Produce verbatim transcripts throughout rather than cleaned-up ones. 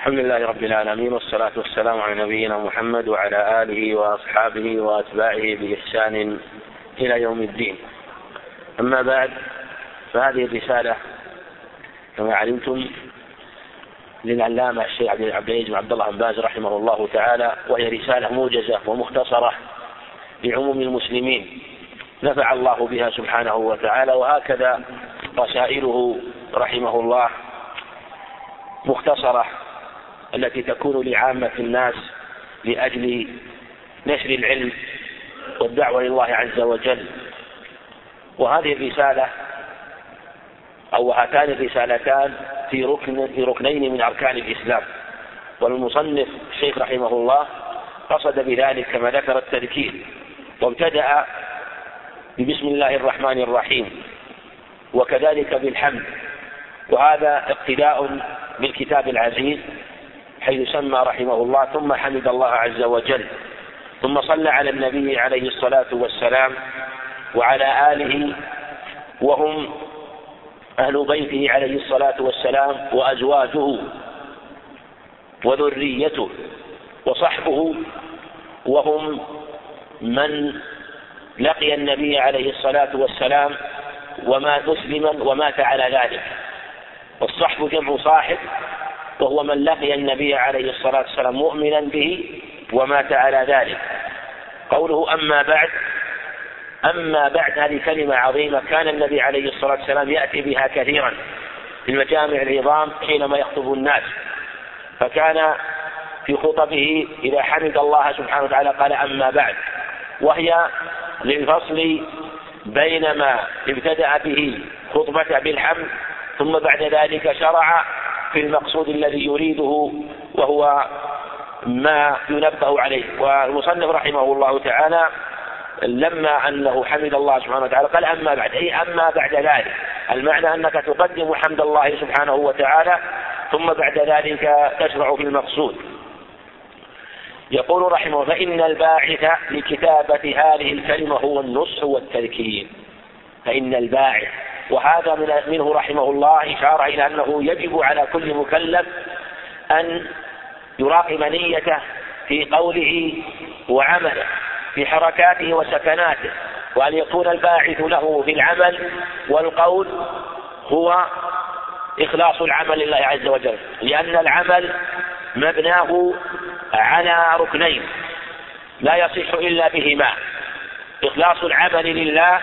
الحمد لله رب العالمين، والصلاة والسلام على نبينا محمد وعلى آله وأصحابه وأتباعه بإحسان إلى يوم الدين. أما بعد، فهذه الرسالة كما علمتم للعلامة الشيخ عبد العزيز بن عبد الله بن باز رحمه الله تعالى، وهي رسالة موجزة ومختصرة لعموم المسلمين نفع الله بها سبحانه وتعالى، وهكذا رسائله رحمه الله مختصرة التي تكون لعامة الناس لأجل نشر العلم والدعوة لله عز وجل. وهذه الرسالة أو هاتان الرسالتان في ركن في ركنين من أركان الإسلام، والمصنف الشيخ رحمه الله قصد بذلك كما ذكر التذكير، وابتدأ ببسم الله الرحمن الرحيم وكذلك بالحمد، وهذا اقتداء بالكتاب العزيز حيث سمى رحمه الله ثم حمد الله عز وجل، ثم صلى على النبي عليه الصلاة والسلام وعلى آله وهم أهل بيته عليه الصلاة والسلام وأزواجه وذريته وصحبه وهم من لقي النبي عليه الصلاة والسلام وما مسلما ومات على ذلك. والصحب جمع صاحب، وهو من لقي النبي عليه الصلاة والسلام مؤمنا به ومات على ذلك. قوله أما بعد، أما بعد هذه كلمة عظيمة كان النبي عليه الصلاة والسلام يأتي بها كثيرا في المجامع العظام حينما يخطب الناس، فكان في خطبه إذا حمد الله سبحانه وتعالى قال أما بعد، وهي للفصل بين ما ابتدأ به خطبة بالحمد ثم بعد ذلك شرع في المقصود الذي يريده وهو ما ينبه عليه. والمصنف رحمه الله تعالى لما أنه حمد الله سبحانه وتعالى قال أما بعد، أي أما بعد ذلك، المعنى أنك تقدم حمد الله سبحانه وتعالى ثم بعد ذلك تشرع في المقصود. يقول رحمه فإن الباعث لكتابة هذه الكلمة هو النصح والتذكير. فإن الباعث، وهذا منه رحمه الله إشارة إلى أنه يجب على كل مكلف أن يراقب نيته في قوله وعمله، في حركاته وسكناته، وأن يكون الباعث له في العمل والقول هو إخلاص العمل لله عز وجل، لأن العمل مبناه على ركنين لا يصح إلا بهما: إخلاص العمل لله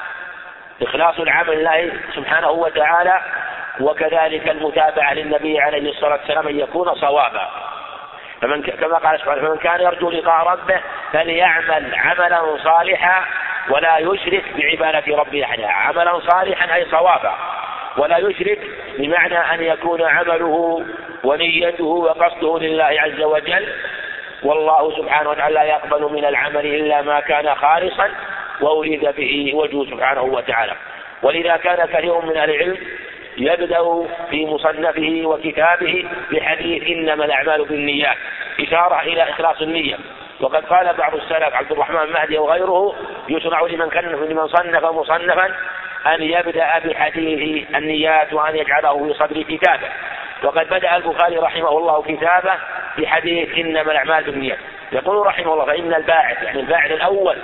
إخلاص العمل لله سبحانه وتعالى، وكذلك المتابعة للنبي عليه الصلاة والسلام أن يكون صوابا. فمن كما قال سبحانه فمن كان يرجو لقاء ربه فليعمل عملا صالحا ولا يشرك بعبادة ربه أحدا. عملا صالحا أي صوابا، ولا يشرك بمعنى أن يكون عمله ونيته وقصده لله عز وجل، والله سبحانه وتعالى لا يقبل من العمل إلا ما كان خالصا وأريد به وجهه سبحانه وتعالى. ولذا كان كثير من أهل العلم يبدأ في مصنفه وكتابه بحديث إنما الأعمال بالنيات، إشارة إلى إخلاص النية. وقد قال بعض السلف عبد الرحمن مهدي وغيره يشرع لمن كان لمن صنف مصنفا أن يبدأ بحديث النيات وأن يجعله في صدر كتابه. وقد بدأ البخاري رحمه الله كتابه بحديث إنما الأعمال بالنيات. يقول رحمه الله فإن الباعث، يعني الباعث الأول،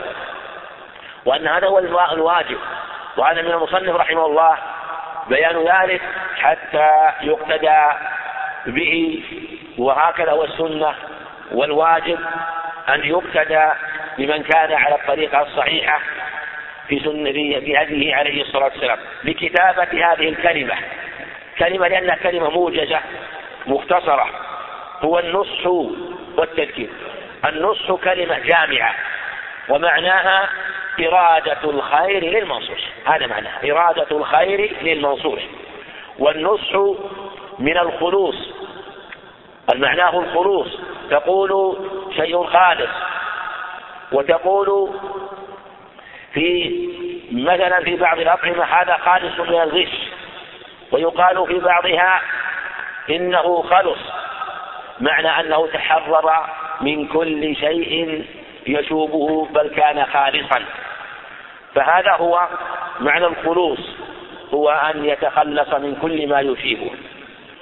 وأن هذا هو الواجب، وهذا من المصنف رحمه الله بيان ذلك حتى يقتدى به، وهكذا هو السنة والواجب أن يقتدى بمن كان على الطريقة الصحيحة في سنة في هديه عليه الصلاة والسلام لكتابة هذه الكلمة كلمة لأنها كلمة موجزة مختصرة، هو النصح والتذكير. النصح كلمة جامعة ومعناها إرادة الخير للمنصوص، هذا معناها إرادة الخير للمنصوص. والنصح من الخلوص، المعناه الخلوص، تقول شيء خالص، وتقول في مثلا في بعض الأطعمة هذا خالص من الغش، ويقال في بعضها إنه خلص، معنى أنه تحرر من كل شيء يشوبه بل كان خالصا. فهذا هو معنى الخلوص، هو أن يتخلص من كل ما يشيبه.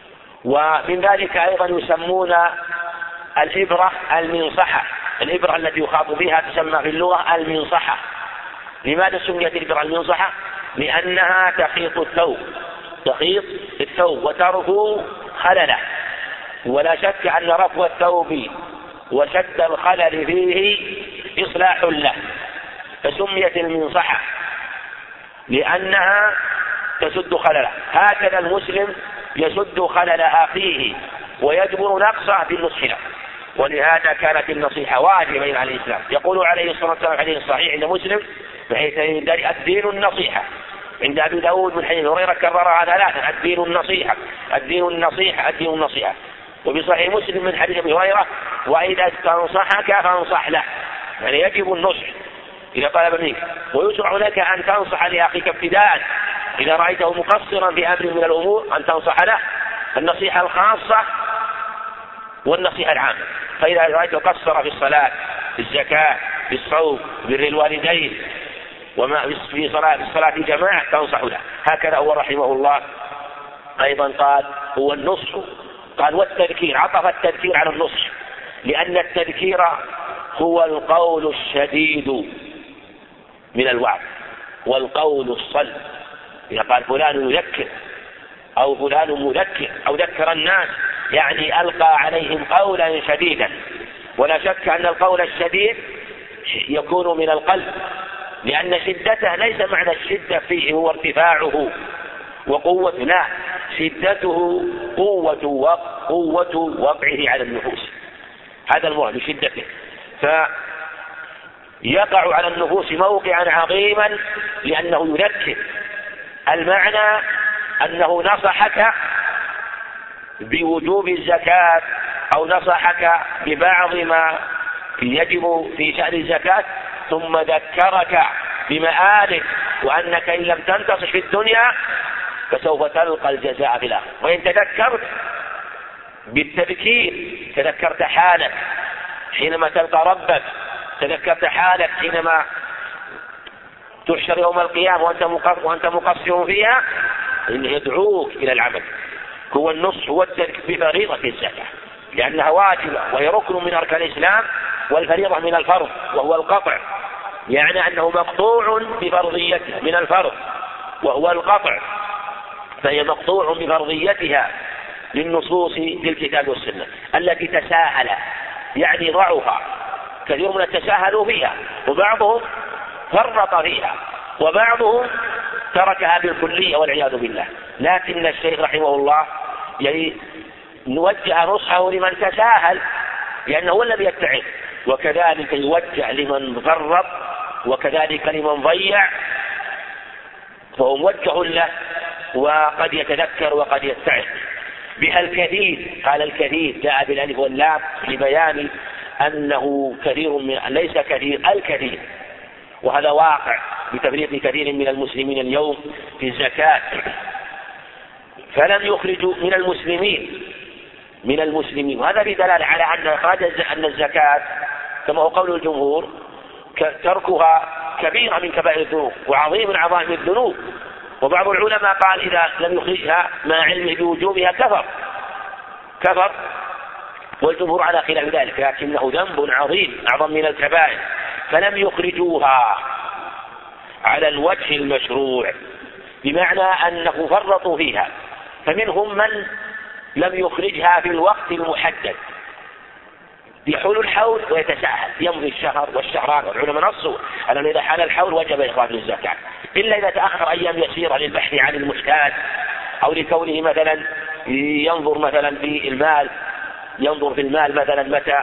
ومن ذلك أيضا يسمون الإبرة المنصحة، الإبرة التي يخاط بها تسمى في اللغة المنصحة. لماذا سميت الإبرة المنصحة؟ لأنها تخيط الثوب، تخيط الثوب وترفو خلله، ولا شك أن رفو الثوب وشد الخلل فيه إصلاح له، فسميت المنصحة لأنها تسد خلله. هكذا المسلم يسد خلل أخيه ويجبر نقصه بالنصح له، ولهذا كانت النصيحة واجبة على الإسلام. يقول عليه الصلاة والسلام في الحديث الصحيح عند مسلم بحيث الدين النصيحة، عند أبي داود من حديث هريرة كررها ثلاثا: الدين النصيحة، الدين النصيحة، الدين النصيحة. وبصحيح مسلم من حديث أبي هريرة: وإذا استنصحك فانصح له، يعني يجب النصح إذا طلب منك، ويشرع لك أن تنصح لأخيك ابتداء إذا رأيته مقصرا في أمر من الأمور أن تنصح له، النصيحة الخاصة والنصيحة العامة. فإذا رأيته قصر في الصلاة، في الزكاة، في الصوم، بر الوالدين، وما في صلاة الصلاة في جماعة تنصح له. هكذا هو رحمه الله أيضا قال هو النصح، قال والتذكير، عطف التذكير على النصح، لأن التذكير هو القول الشديد من الوعظ والقول الصلب. إذا قال فلان يذكر أو فلان مذكر أو ذكر الناس، يعني ألقى عليهم قولا شديدا. ولا شك أن القول الشديد يكون من القلب، لأن شدته ليس معنى الشدة فيه هو ارتفاعه وقوة، لا، شدته قوة وقوة وقعه على النفوس، هذا المراد بشدته. فيقع على النفوس موقعا عظيما لأنه يذكر. المعنى أنه نصحك بوجوب الزكاة أو نصحك ببعض ما يجب في شأن الزكاة، ثم ذكرك بمآلك وأنك إن لم تنتصح في الدنيا فسوف تلقى الجزاء في الآخرة. وإن تذكرت بالتذكير تذكرت حالك حينما تلقى ربك، تذكرت حالك حينما تحشر يوم القيامة وأنت مقصر فيها، إنه يدعوك إلى العمل. هو النصح والتذكير بفريضة الزكاة لأنها واجبة وهي ركن من أركان الإسلام، والفريضة من الفرض وهو القطع، يعني أنه مقطوع بفرضيتها من الفرض وهو القطع، فهي مقطوع بفرضيتها للنصوص للكتاب والسنة التي تساهل، يعني ضعها كثير من التساهلوا فيها، وبعضهم فرط فيها، وبعضهم تركها بالكلية والعياذ بالله. لكن الشيخ رحمه الله يعني نوجه نصحه لمن تساهل لأنه هو الذي يتعب، وكذلك يوجه لمن فرط، وكذلك لمن ضيع فهو موجه له، وقد يتذكر وقد يتعب بها الكثير. قال الكثير جاء بالالف واللام لبيان أنه كثير من ليس كثير، الكثير، وهذا واقع بتفريط كثير من المسلمين اليوم في الزكاة، فلم يخرجوا من المسلمين من المسلمين وهذا بدلالة على أن إخراج أن الزكاة كما هو قول الجمهور تركها كبيرة من كبائر الذنوب وعظيم من عظائم الذنوب. وبعض العلماء قال إذا لم يخرجها مع علمه بوجوبها كفر كفر والجمهور على خلاف ذلك، لكنه ذنب عظيم أعظم من الكبائر، فلم يخرجوها على الوجه المشروع، بمعنى أنه فرطوا فيها. فمنهم من لم يخرجها في الوقت المحدد، يحول الحول ويتساهل، يمضي الشهر والشهران، والعلماء نصوا أنه إذا حال الحول وجب إخراج الزكاة، إلا إذا تأخر أيام يسيرة للبحث عن المحتاج، أو لكونه مثلا ينظر مثلا في المال ينظر في المال مثلا متى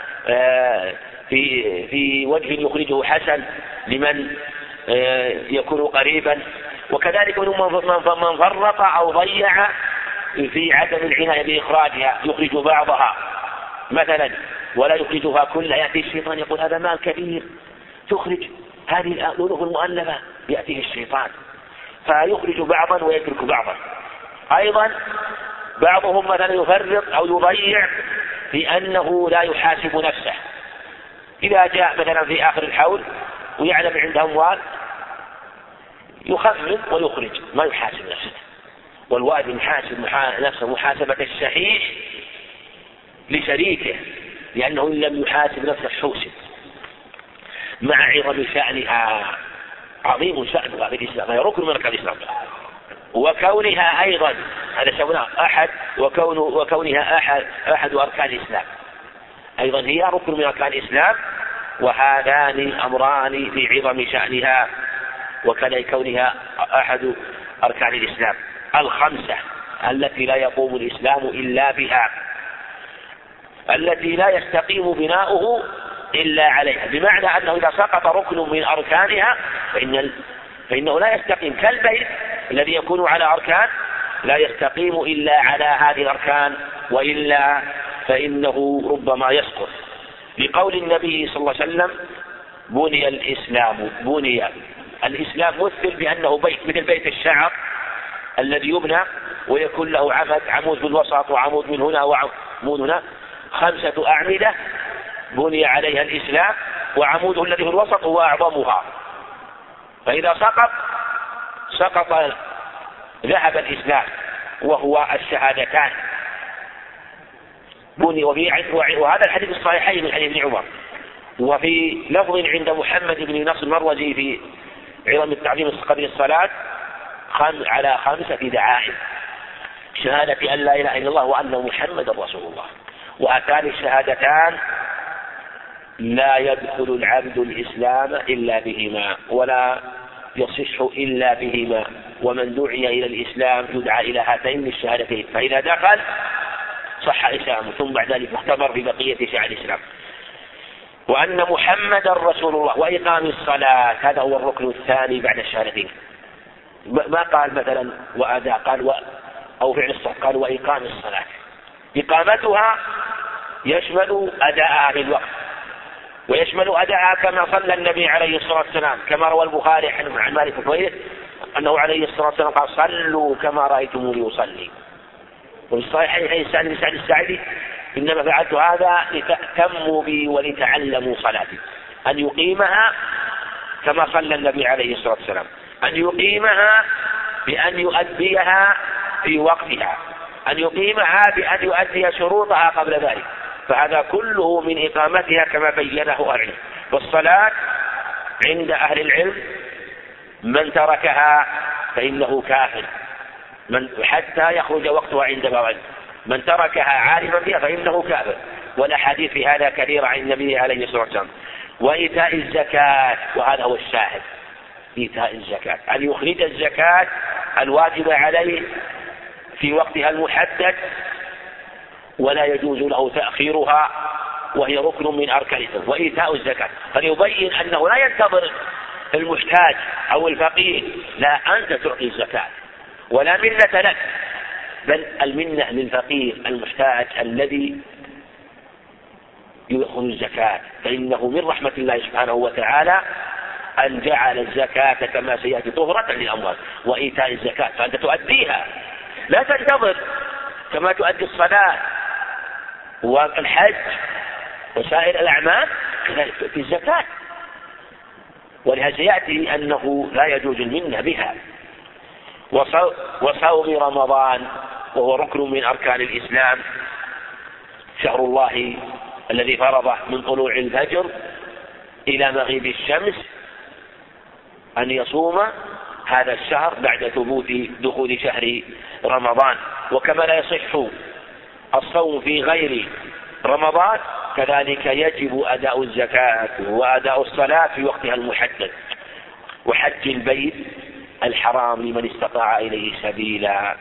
في في وجه يخرجه حسن لمن يكون قريبا. وكذلك من فرط أو ضيع في عدم العناية بإخراجها، يخرج بعضها مثلا ولا يخرجها كلها، يأتي الشيطان يقول هذا مال كبير تخرج هذه الألوف المؤلفة، يأتيه الشيطان فيخرج بعضا ويترك بعضا. أيضا بعضهم مثلا يفرط أو يضيع في أنه لا يحاسب نفسه، إذا جاء مثلا في آخر الحول ويعلم عنده أموال يخفف ويخرج ما يحاسب نفسه، والواجب يحاسب نفسه محاسبة الشحيح لشريكه، لأنه إن لم يحاسب نفسه حوسب، مع عظم شأنها، عظيم شأنها في الإسلام، هي ركن من أركان الإسلام، وكونها أيضا هذا شأنها أحد وكون وكونها أحد أحد أركان الإسلام، أيضا هي ركن من أركان الإسلام، وهذان أمران في عظم شأنها وكذا كونها أحد أركان الإسلام الخمسة التي لا يقوم الإسلام إلا بها، التي لا يستقيم بناؤه إلا عليها، بمعنى أنه إذا سقط ركن من أركانها فإن فإنه لا يستقيم، كالبيت الذي يكون على أركان لا يستقيم إلا على هذه الأركان، وإلا فإنه ربما يسقط، لقول النبي صلى الله عليه وسلم بني الإسلام بني الإسلام مثل بأنه بيت مثل بيت الشعر الذي يبنى ويكون له عمد، عمود في الوسط وعمود من هنا وعمود هنا، خمسة أعمدة بني عليها الإسلام، وعموده الذي في الوسط هو أعظمها، فإذا سقط سقط ذهب الإسلام وهو الشهادتان بني. وهذا الحديث الصحيحين من حديث ابن عمر، وفي لفظ عند محمد بن نصر المروزي في عظم التعظيم قدر الصلاة على خمسة دعائم: شهادة أن لا إله إلا الله وأن محمد رسول الله، وأتان الشهادتان لا يدخل العبد الإسلام إلا بهما ولا يصح إلا بهما، ومن دعي إلى الإسلام يدعى إلى هاتين الشهادتين، فإذا دخل صح إسلامه ثم بعد ذلك اختبر ببقية شعائر الإسلام. وأن محمد رسول الله، وإقام الصلاة، هذا هو الركن الثاني بعد الشهادتين، ما قال مثلا وأداء، قال و أو فعل الصلاة، قال وإقام الصلاة، إقامتها يشمل أداءها في الوقت، ويشمل أداءها كما صلى النبي عليه الصلاة والسلام، كما روى البخاري عن مالك وغيره أنه عليه الصلاة والسلام قال صلوا كما رأيتموني أصلي. وفي الصحيحين حديث سعد بن سعد الساعدي إنما فعلت هذا لتأتموا بي ولتعلموا صلاتي، أن يقيمها كما صلى النبي عليه الصلاة والسلام، أن يقيمها بأن يؤديها في وقتها، أن يقيمها بأن يؤدي شروطها قبل ذلك، فهذا كله من إقامتها كما بينه أهل العلم. والصلاة عند أهل العلم من تركها فإنه كافر، من حتى يخرج وقتها عند بعض، من تركها عالما بها فإنه كافر، والأحاديث في هذا كثيرة عن النبي عليه الصلاة والسلام. وإيتاء الزكاة، وهذا هو الشاهد، إيتاء الزكاة، أن يخرج الزكاة الواجب عليه في وقتها المحدد ولا يجوز له تأخيرها، وهي ركن من أركان الإسلام. وإيتاء الزكاة فليبين أنه لا ينتظر المحتاج أو الفقير، لا، أنت تعطي الزكاة ولا منة لك، بل المنة للفقير المحتاج الذي يأخذ الزكاة، فإنه من رحمة الله سبحانه وتعالى أن جعل الزكاة كما سيأتي طهرة للأموال. وإيتاء الزكاة فأنت تؤديها، لا تنتظر كما تؤدي الصلاة والحج وسائر الأعمال، كذلك تؤدي الزكاة. ولهذا يأتي أنه لا يجوز المنة بها. وصوم رمضان وهو ركن من أركان الإسلام، شهر الله الذي فرضه من طلوع الفجر إلى مغيب الشمس أن يصوم هذا الشهر بعد ثبوت دخول شهر رمضان. وكما لا يصح الصوم في غير رمضان كذلك يجب أداء الزكاة وأداء الصلاة في وقتها المحدد، وحج البيت الحرام لمن استطاع إليه سبيلا.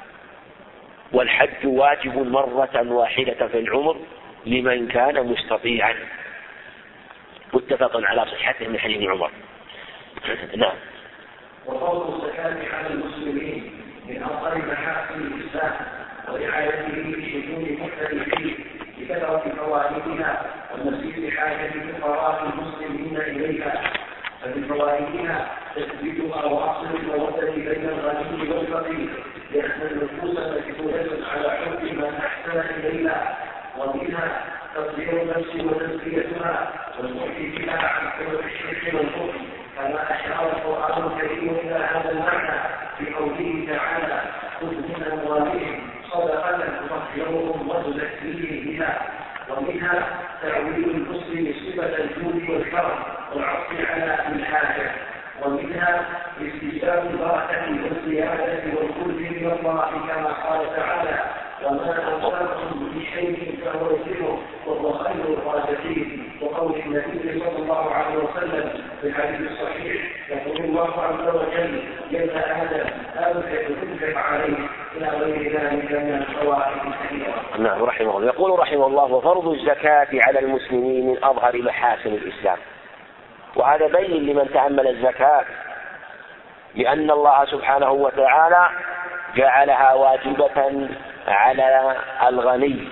والحج واجب مرة واحدة في العمر لمن كان مستطيعا، متفق على صحته من حديث عمر. نعم. وفرض الزكاة على المسلمين من أفضل محاسن الإسلام ورعايته بشؤون مختلفين بكثرة فوائدها ومزيد حاجة الفقراء المسلمين إليها. فمن فوائدها تثبيتها وأصل المودة بين الغني والفقير، لأن النفوس مجبولة على حب من أحسن إليها، ومنها تطهير النفس وتزكيتها والمحي بها عن كل الشرك والكفر، كما أشار القرآن الكريم إلى هذا المعنى في قوله تعالى: خذ من أموالهم صدقة تطهرهم وتزكيهم بها. ومنها تعويل المسلم صفة الجود والكرم والعطف على الحاجة. ومنها استجلاب البركة والزيادة والخلد من الله، كما قال تعالى: وما أنفقتم من شيء فهو يكفره وهو خير الرازقين. وقول النبي صلى الله عليه وسلم في الحديث الصحيح: يقول الله عز وجل: جل آدم أنفق تنفق عليه، إلى غير ذلك من الفوائد الكثيرة. نعم رحمه الله. يقول رحمه الله: وفرض الزكاة على المسلمين من أظهر محاسن الإسلام. وهذا بين لمن تأمل الزكاة، لأن الله سبحانه وتعالى جعلها واجبة على الغني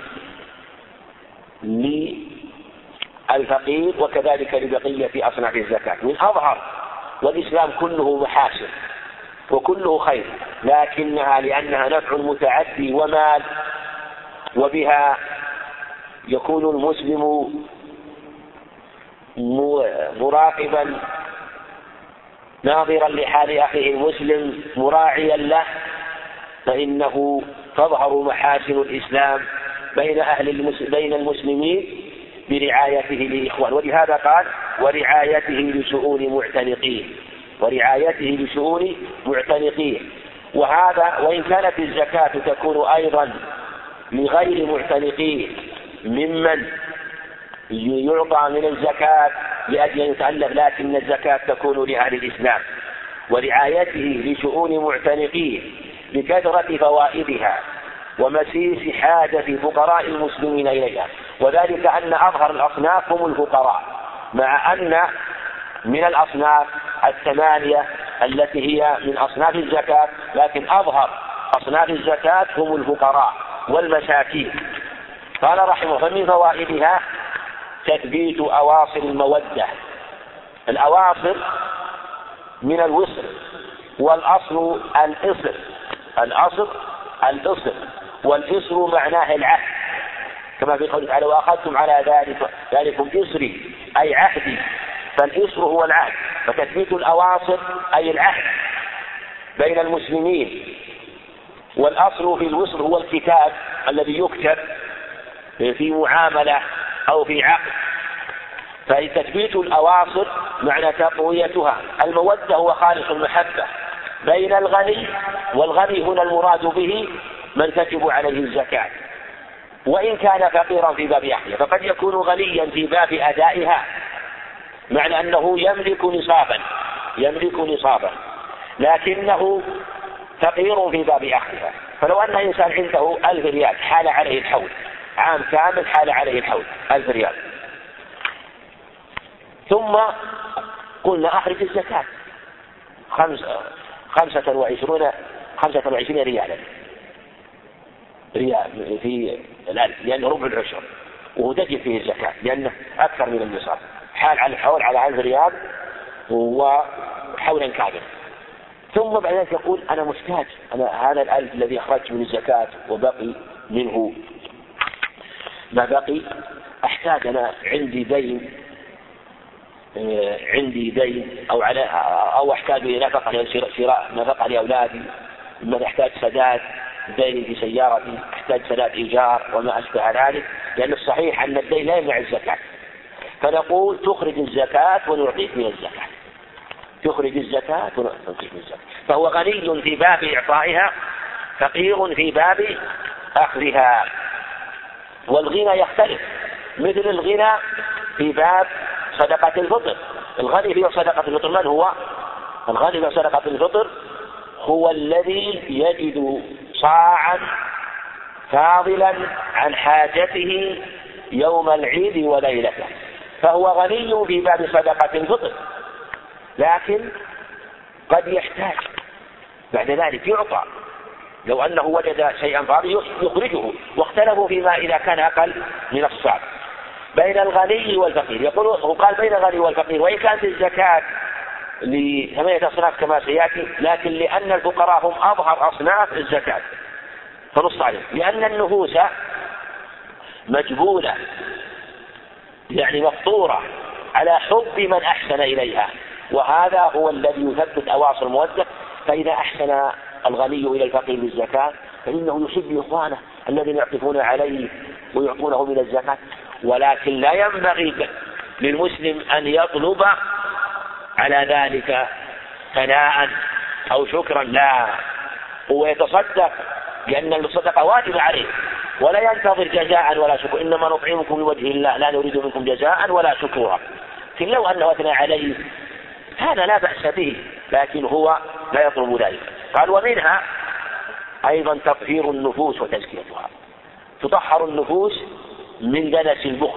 للفقير وكذلك لبقية أصناف الزكاة من أظهر. والإسلام كله محاسن وكله خير، لكنها لأنها نفع متعدي ومال، وبها يكون المسلم مراقبا ناظرا لحال أخيه المسلم مراعيا له، فإنه تظهر محاسن الإسلام بين أهل المسلم بين المسلمين برعايته لإخوان. ولهذا قال: ورعايته لشؤون معتنقين، ورعايته لشؤون معتنقين. وهذا وإن كانت الزكاة تكون أيضا لغير معتنقين ممن يعطى من الزكاة لأجل أن يتألف، لكن الزكاة تكون لأهل الإسلام. ورعايته لشؤون معتنقين بكثرة فوائدها ومسيس حاجة فقراء المسلمين إليها، وذلك أن أظهر الأصناف هم الفقراء، مع أن من الأصناف الثمانية التي هي من أصناف الزكاة، لكن أظهر أصناف الزكاة هم الفقراء والمساكين. قال رحمه: فمن فوائدها تثبيت أواصر المودة. الأواصر من الوصر، والأصل الإصر، الأصل الإصر، والإصر معناه العهد، كما في قوله تعالى: وأخذتم على ذلك ذلكم إصري أي عهدي، فالإصر هو العهد. فتثبيت الأواصر أي العهد بين المسلمين. والأصل في الوصر هو الكتاب الذي يكتب في معاملة أو في عقد. فتثبيت الأواصر معنى تقويتها. المودة هو خالص المحبة بين الغني، والغني هنا المراد به من تجب عليه الزكاة، وإن كان فقيرا في باب أحياء، فقد يكون غنيا في باب أدائها، معنى أنه يملك نصابا يملك نصابا لكنه فقير في باب أحياء. فلو أن إنسان عنده ألف ريال حال عليه الحول، عام كامل حال عليه الحول ألف ريال، ثم قلنا أخرج الزكاة خمس خمسة وعشرون خمسة وعشرين ريالا ريال في الألف، لأنه ربع العشر، وهو تجب فيه الزكاة لأنه أكثر من النصاب، حال على الحول على ألف ريال وحولا كاملا. ثم بعد ذلك يقول: أنا محتاج، أنا هذا الألف الذي أخرجت من الزكاة وبقي منه ما بقي، أحتاج، أنا عندي دين عندي دين أو على أو أحتاج إلى نفقة شراء نفقة لأولادي، ما أحتاج سداد دين في سيارتي، أحتاج سداد إيجار وما أشبه ذلك، لأن الصحيح أن الدين لا يمنع الزكاة. فنقول: تخرج الزكاة ونعطيك من الزكاة، تخرج الزكاة ونعطيك من الزكاة. فهو غني في باب إعطائها، فقير في باب أخذها. والغنى يختلف، مثل الغنى في باب صدقة الفطر. الغني في صدقة الفطر من هو؟ الغني في صدقة الفطر هو الذي يجد صاعا فاضلا عن حاجته يوم العيد وليلته، فهو غني في باب صدقة الفطر، لكن قد يحتاج بعد ذلك يعطى، لو أنه وجد شيئا فاضلا يخرجه. واختلفوا فيما إذا كان أقل من الصاع بين الغني والفقير. يقول وقال بين الغني والفقير، وإن كانت الزكاة لثمانية أصناف كما سيأتي، لكن لأن الفقراء هم أظهر أصناف الزكاة فنص عليهم، لأن النفوس مجبولة يعني مفطورة على حب من أحسن إليها، وهذا هو الذي يثبت أواصر المودة. فإذا أحسن الغني إلى الفقير بالزكاة فإنه يحب إخوانه الذين يعطفون عليه ويعطونه من الزكاة. ولكن لا ينبغي للمسلم أن يطلب على ذلك ثناء أو شكرا، لا، هو يتصدق لأن الصدقة واجب عليه ولا ينتظر جزاء ولا شكر، إنما نطعمكم لوجه الله لا نريد منكم جزاء ولا شكورا. لكن لو أنه أثنى عليه هذا لا بأس به، لكن هو لا يطلب ذلك. قال ومنها أيضا تطهير النفوس وتزكيتها، تطهر النفوس من دنس البخل،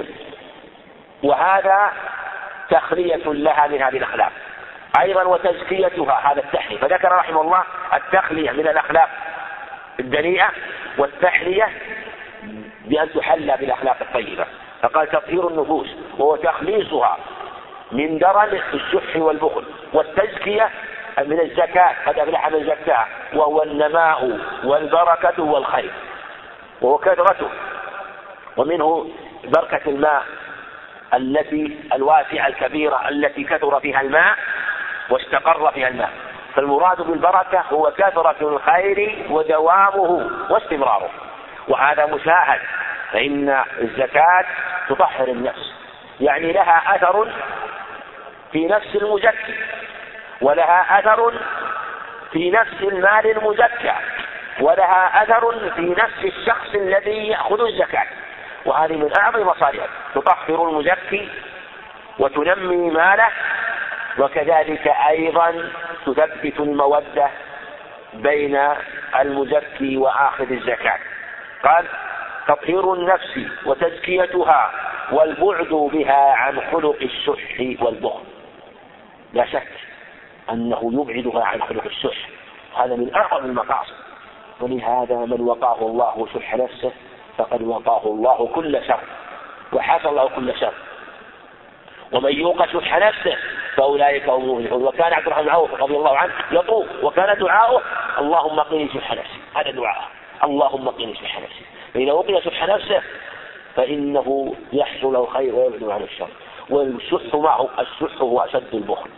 وهذا تخلية لها من هذه الأخلاق أيضا وتزكيتها، هذا التحلية. فذكر رحمه الله التخلية من الأخلاق الدنيئة والتحلية بأن تحلى بالأخلاق الطيبة. فقال تطهير النفوس وهو تخليصها من درن الشح والبخل، والتزكية من الزكاة قد أفلح من زكاها وهو النماء والبركة والخير وهو كثرته، ومنه بركة الماء التي الواسعة الكبيرة التي كثر فيها الماء واستقر فيها الماء. فالمراد بالبركة هو كثرة الخير ودوامه واستمراره، وهذا مشاهد. فإن الزكاة تطهر النفس، يعني لها أثر في نفس المزكي ولها أثر في نفس المال المزكى ولها أثر في نفس الشخص الذي يأخذ الزكاة، وهذه من أعظم مصالحها، تطهر المزكي وتنمي ماله، وكذلك أيضا تثبت المودة بين المزكي وآخذ الزكاة. قال تطهير النفس وتزكيتها والبعد بها عن خلق الشح والبخل. لا شك أنه يبعدها عن خلق الشح، هذا من أعظم المقاصد. ولهذا من وقاه الله شح نفسه فقد وقاه الله كل شر وحصل له كل شر، ومن يوق شح نفسه فأولئك هم المفلحون. وكان عبد الرحمن بن عوف رضي الله عنه يطوف وكان دعاؤه اللهم قني شح نفسي، هذا دعاء اللهم قني شح نفسي. فإذا وقي شح نفسه فإنه يحصل له خير ويبعد عن الشر. والشح معه، الشح هو أشد البخل،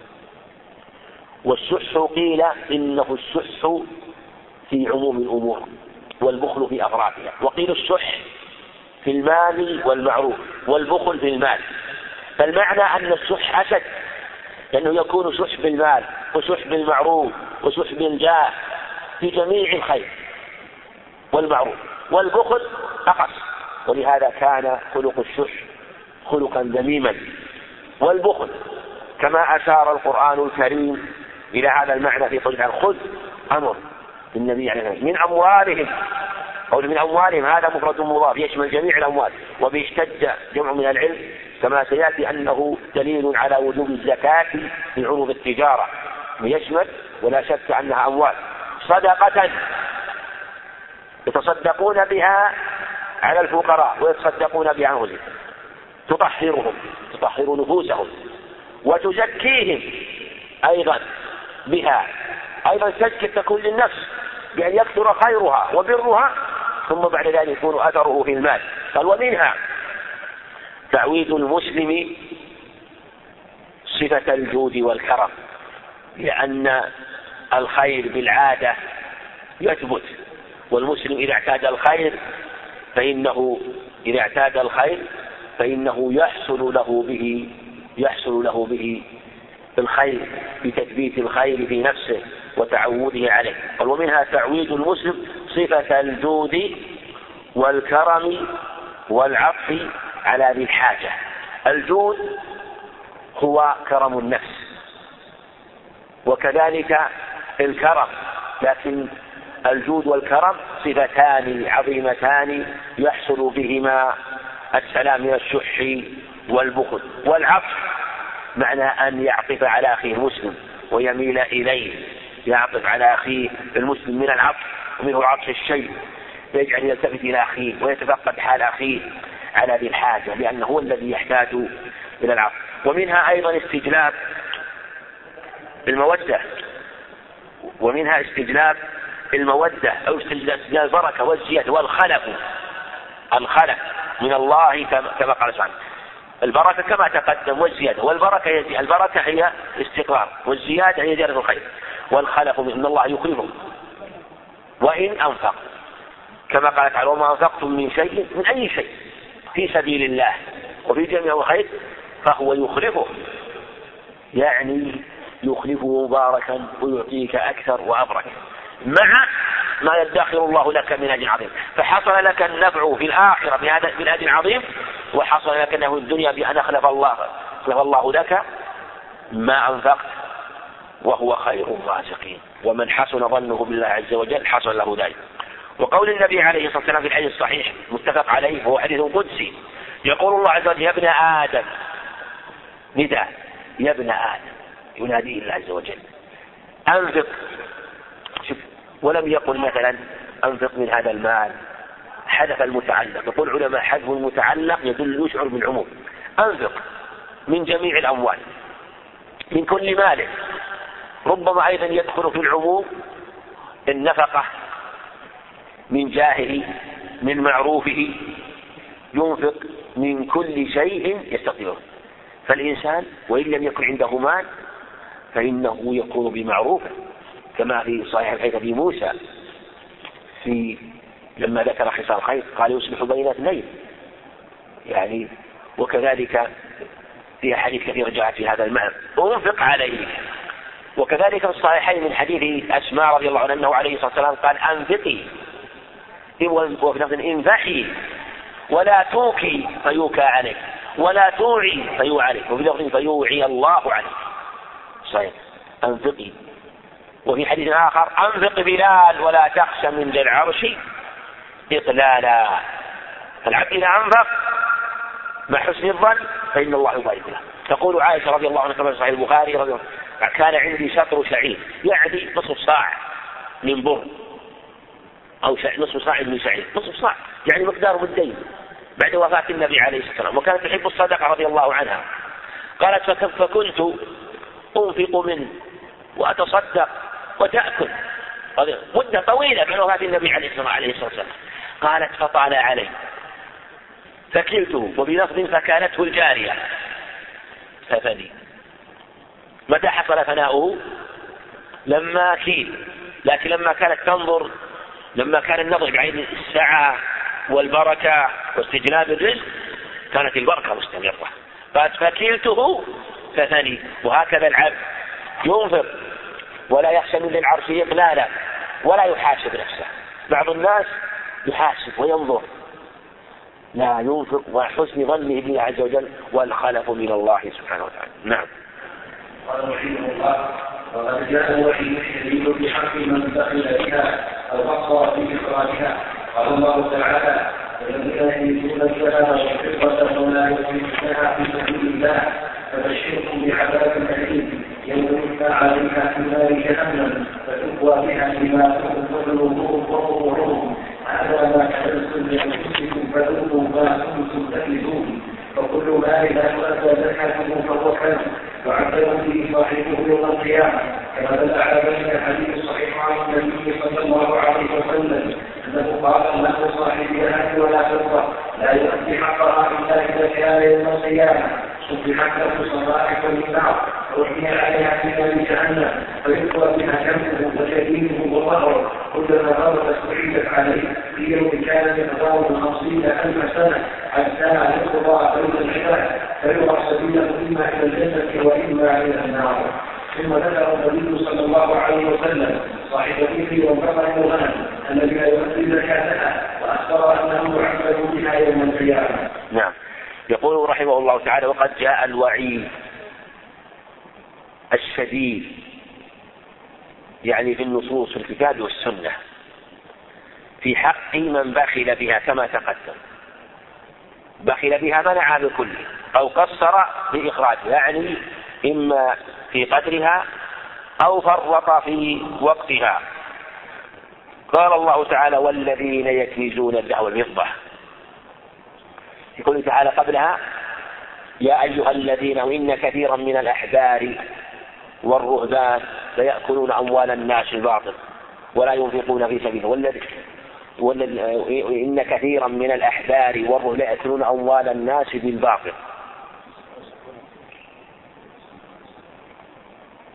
والشح قيل إنه الشح في عموم الأمور والبخل في أغراضها، وقيل الشح في المال والمعروف والبخل في المال. فالمعنى أن الشح أشد، لأنه يكون شح بالمال وشح بالمعروف وشح بالجاه في جميع الخير والمعروف، والبخل أقص. ولهذا كان خلق الشح خلقا ذميما. والبخل كما أشار القرآن الكريم إلى هذا المعنى في قوله خذ أمر النبي عليه الصلاة والسلام من أموالهم، قول من أموالهم هذا مفرد مضاف يشمل جميع الأموال، وبيشتد جمع من العلم كما سيأتي أنه دليل على وجوب الزكاة في عروض التجارة يشمل، ولا شك أنها أموال صدقة يتصدقون بها على الفقراء ويتصدقون بها عنهم، تطهرهم تطهر نفوسهم وتزكيهم أيضا بها، أيضا تزكية تكون للنفس بأن يكثر خيرها وبرها، ثم بعد ذلك يكون أثره في المال. قال ومنها تعويد المسلم صفة الجود والكرم، لأن الخير بالعادة يثبت، والمسلم إذا اعتاد الخير فإنه إذا اعتاد الخير فإنه يحصل له به يحصل له به الخير بتثبيت الخير في نفسه وتعوده عليه. قال ومنها تعويد المسلم صفة الجود والكرم والعطف على ذي الحاجة. الجود هو كرم النفس وكذلك الكرم، لكن الجود والكرم صفتان عظيمتان يحصل بهما السلام من الشح والبخل. والعطف معنى أن يعطف على أخيه المسلم ويميل إليه، يعطف على أخيه المسلم من العطف، ومنه عطف الشيء يجعل يلتفت إلى أخيه ويتفقد حال أخيه على ذي الحاجة لأنه هو الذي يحتاج إلى العطف. ومنها أيضا استجلاب المودة ومنها استجلاب المودة أو استجلاب البركة والزيادة والخلق الخلق من الله كما قال سبحانه البركة كما تقدم والزيادة، والبركة هي البركة هي استقرار، والزيادة هي زيادة الخير. والخلف من الله يخلفه وإن أنفق، كما قال تعالى وما أنفقتم من شيء من أي شيء في سبيل الله وفي جميع الخير فهو يخلفه، يعني يخلفه مباركا ويعطيك أكثر وأبرك مع ما يدخر الله لك من أجر عظيم. فحصل لك النفع في الآخرة بهذا الأجر العظيم، وحصل لك أنه الدنيا بأن أخلف الله أخلف الله لك ما أنفقت وهو خير الرازقين. ومن حسن ظنه بالله عز وجل حصل له ذلك. وقول النبي عليه الصلاة والسلام في الحديث الصحيح متفق عليه وهو حديث قدسي، يقول الله عز وجل يا ابن آدم، نداء يا ابن آدم يناديه الله عز وجل أنفق، ولم يقل مثلا أنفق من هذا المال، حذف المتعلق. يقول العلماء حذف المتعلق يدل يشعر بالعموم. أنفق من جميع الأموال من كل مال، ربما أيضا يدخل في العموم النفقة من جاهه من معروفه، ينفق من كل شيء يستطيعه. فالإنسان وإن لم يكن عنده مال فإنه يكون بمعروفه، كما في صحيح الحديث أبي موسى في لما ذكر خصال الخير قال يصلح بين اثنين يعني. وكذلك في حديث كثير جاءت في هذا المعنى أنفق عليه. وكذلك في الصحيحين من حديث أسماء رضي الله عنها أنه عليه الصلاة والسلام قال أنفقي، وفي لفظ انفحي ولا توكي فيوكى عليك ولا توعي فيوعى عليك، وفي لفظ فيوعي الله عليك. صحيح أنفقي. وفي حديث آخر أنفق بلال ولا تخشى من ذي العرش إقلالا. فالعبد إذا أنفق مع حسن الظن فإن الله يبارك له. تقول عائشة رضي الله عنها كما في صحيح البخاري رضي الله عنها كان عندي شطر شعير، يعني نصف صاع من بر أو نصف صاع من شعير، نصف صاع يعني مقدار مدين بعد وفاة النبي عليه الصلاة والسلام، وكانت تحب الصدقة رضي الله عنها. قالت فكنت أنفق منه وأتصدق وتأكل مدة طويلة بعد وفاة النبي عليه الصلاة والسلام. قالت فطال علي فكلته، وبلفظ فكانته الجارية ففني. متى حصل فناؤه؟ لما كيل، لكن لما كانت تنظر لما كان النظر بعين السعة والبركة واستجلاب الرزق كانت البركة مستمرة. قالت فكلته فثني. وهكذا العبد ينفق ولا يخشى من العرش إقلالا ولا يحاسب نفسه. بعض الناس يحاسب وينظر، لا ينفق وحسن ظنه بالله عز وجل والخلف من الله سبحانه وتعالى. نعم. قال رحمه الله وقد جاء الوحي الشديد بحق من بخل بها او قصر في اخراجها. قال الله تعالى الذين يكنزون الذهب والفضة ولا ينفقونها في سبيل الله فبشرهم بعذاب أليم يوم يحمى عليها في نار جهنم فتكوى بها بما تنفق ظهورهم هذا ما كنزتم لأنفسكم فذوقوا ما كنتم تكنزون. فكل مال لا تؤدى زكاته فهو كنز وعذب به صاحبه يوم القيامة، كما دل على ذلك الحديث الصحيح عن النبي صلى الله عليه وسلم أنه قال له صاحب ذهب ولا فضة لا يؤدي حقها إلا إذا كان يوم القيامة صبحت له صبائح من نار وحمي عليها في نار جهنم فيقوى بها جنبه وجبينه وظهره كلما غابت استعيدت عليه في يوم كان مقداره خمسين ألف سنة حتى يقضى بين العباد فيرى سبيله إما إلى الجنة وإما إلى النار. ثم ذكر النبي صلى الله عليه وسلم صاحب الإبل والبقر والغنم الذي لا يؤدي زكاتها وأخبر أنه يعذب بها يوم القيامة. نعم. يقول رحمه الله تعالى وقد جاء الوعيد الشديد يعني في النصوص في الكتاب والسنة في حق من بخل بها كما تقدم. بخل بها منع بكله أو قصر بإخراجها، يعني إما في قدرها أو فرط في وقتها. قال الله تعالى والذين يكنزون الذهب والفضة، يقول تعالى قبلها يا أيها الذين وإن كثيرا من الأحبار والرهبان ليأكلون أموال الناس الباطل ولا ينفقون في سبيله والذي وإن كثيرا من الأحبار والرهبان ليأكلون أموال الناس بالباطل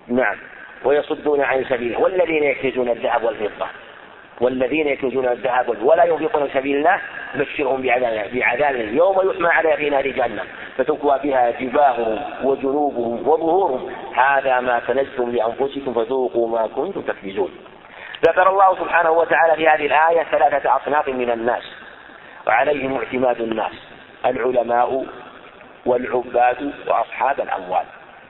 نعم ويصدون عن سبيله والذين يكنزون الذهب والفضة والذين يكنزون الذهب ولا ينفقون في سبيل الله بشرهم بعذاب بعذاب يوم يحمى عليها في نار جهنم فتكوى بها جباههم وجنوبهم وظهورهم هذا ما كنزتم لأنفسكم فذوقوا ما كنتم تكنزون. ذكر الله سبحانه وتعالى في هذه الآية ثلاثة أصناف من الناس وعليهم اعتماد الناس: العلماء والعباد وأصحاب الأموال.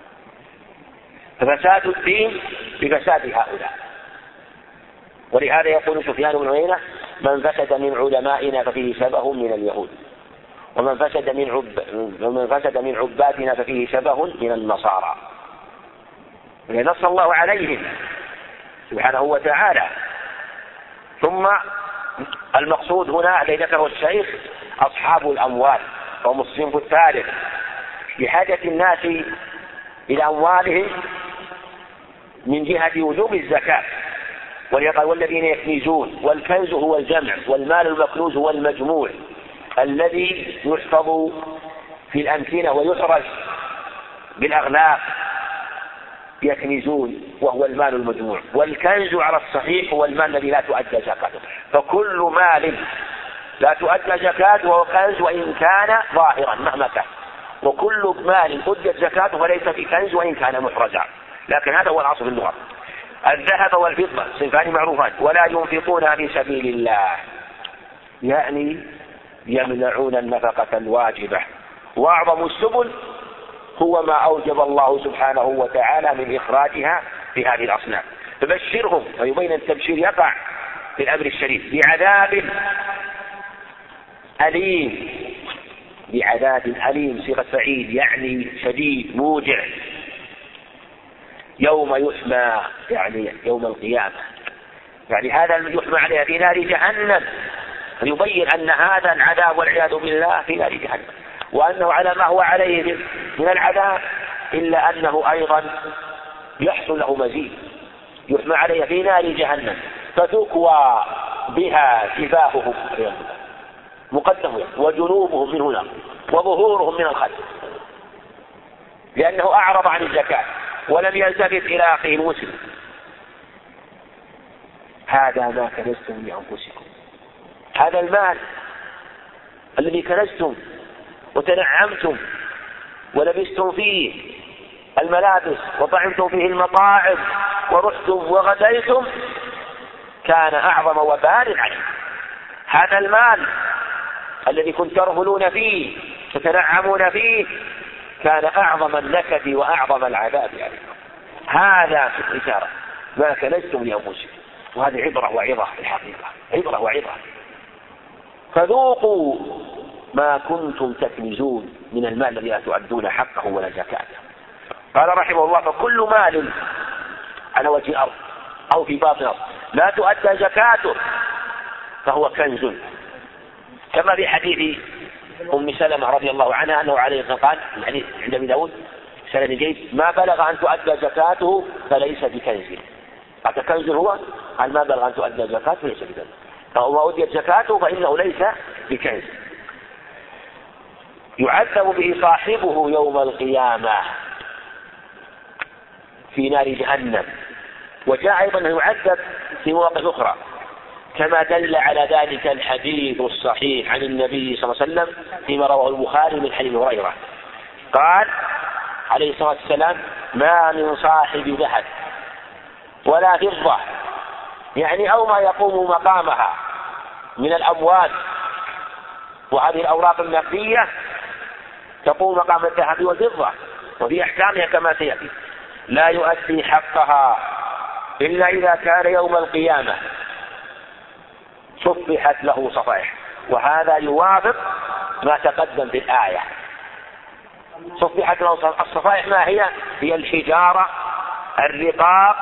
ففساد الدين بفساد هؤلاء. ولهذا يقول سفيان بن عيينة: من فسد من علمائنا ففيه شبه من اليهود ومن فسد من عب ومن فسد من عبادنا ففيه شبه من النصارى. نص الله عليهم سبحانه وتعالى. ثم المقصود هنا الذي ذكره الشيخ أصحاب الأموال وهم الصنف الثالث بحاجة الناس إلى أموالهم من جهة وجوب الزكاة. وليقال: والذين يكنزون. والكنز هو الجمع، والمال المكنوز هو المجموع الذي يحفظ في الأمكنة ويحرز بالأغلاق، يكنزون وهو المال المجموع. والكنز على الصحيح هو المال الذي لا تؤدى زكاته. فكل مال لا تؤدى زكاته وهو كنز وإن كان ظاهرا مهما كان، وكل مال أدت زكاته فليس في كنز وإن كان محرزا. لكن هذا هو الأصل في اللغة. الذهب والفضة صنفان معروفان ولا ينفقونها في سبيل الله، يعني يمنعون النفقة الواجبة. وأعظم السبل هو ما أوجب الله سبحانه وتعالى من إخراجها في هذه الأصناف. فبشرهم، ويبين التبشير يقع في الأمر الشريف بعذاب أليم، بعذاب أليم صيغة فعيل يعني شديد موجع، يوم يحمى يعني يوم القيامة، يعني هذا يحمى عليها في نار جهنم. فيبين أن هذا العذاب والعياذ بالله في نار جهنم، وأنه على ما هو عليه من العذاب، إلا أنه أيضا يحصل له مزيد. يحمى عليها في نار جهنم فتكوى بها جباههم مقدم وجنوبهم من هنا وظهورهم من الخلف، لأنه أعرض عن الزكاة ولم يلتفت إلى أخيه المسلم. هذا ما كنزتم لأنفسكم، هذا المال الذي كنزتم وتنعمتم ولبستم فيه الملابس وطعمتم فيه المطاعم ورحتم وغديتم كان أعظم وبال عليه. هذا المال الذي كنتم ترهلون فيه تتنعمون فيه كان أعظم النكد وأعظم العذاب عليكم. هذا في الإشارة ما كنزتم لأنفسكم، وهذه عبرة وعظة في الحقيقة، عبرة وعظة. فذوقوا ما كنتم تكنزون من المال الذي لا تؤدون حقه ولا زكاته. قال رحمه الله: فكل مال على وجه الأرض أو في باطن الأرض لا تؤدى زكاته فهو كنز، كما في حديث أم سلمة رضي الله عنها أنه عليه الصلاة والسلام قال الحديث عند أبي داود سنة جيد: ما بلغ أن تؤدى زكاته فليس بكنز. هذا كنز هو قال ما بلغ أن تؤدى زكاته فليس بكنز، فهو أديت زكاته فإنه ليس بكنز. يعذب به صاحبه يوم القيامة في نار جهنم. وجاء أيضا أنه يعذب في مواقف أخرى كما دل على ذلك الحديث الصحيح عن النبي صلى الله عليه وسلم فيما رواه البخاري من حديث هريرة قال عليه الصلاة والسلام: ما من صاحب ذهب ولا فضة، يعني أو ما يقوم مقامها من الأموال وهذه الأوراق النقدية تقوم مقام الذهب والفضة وفي أحكامها كما سيأتي، لا يؤدي حقها إلا إذا كان يوم القيامة صفحت له صفائح. وهذا يوافق ما تقدم في الآية. صفحت له الصفائح ما هي؟ هي الحجارة الرقاق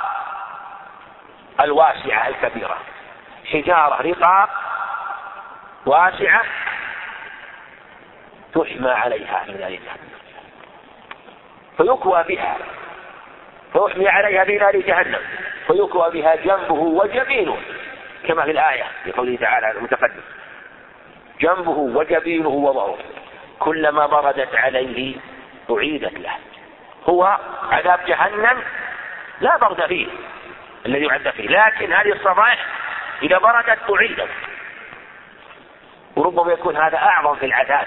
الواسعة الكبيرة، حجارة رقاق واسعة تحمى عليها من نار جهنم فيكوى بها، فيحمي عليها في نار جهنم فيكوى بها جنبه وجبينه كما في الآية في قوله تعالى المتقدم: جنبه وجبينه وظهره كلما بردت عليه أعيدت له. هو عذاب جهنم لا برد فيه الذي يعد فيه، لكن هذه الصفائح إذا بردت أعيدت، وربما يكون هذا أعظم في العذاب،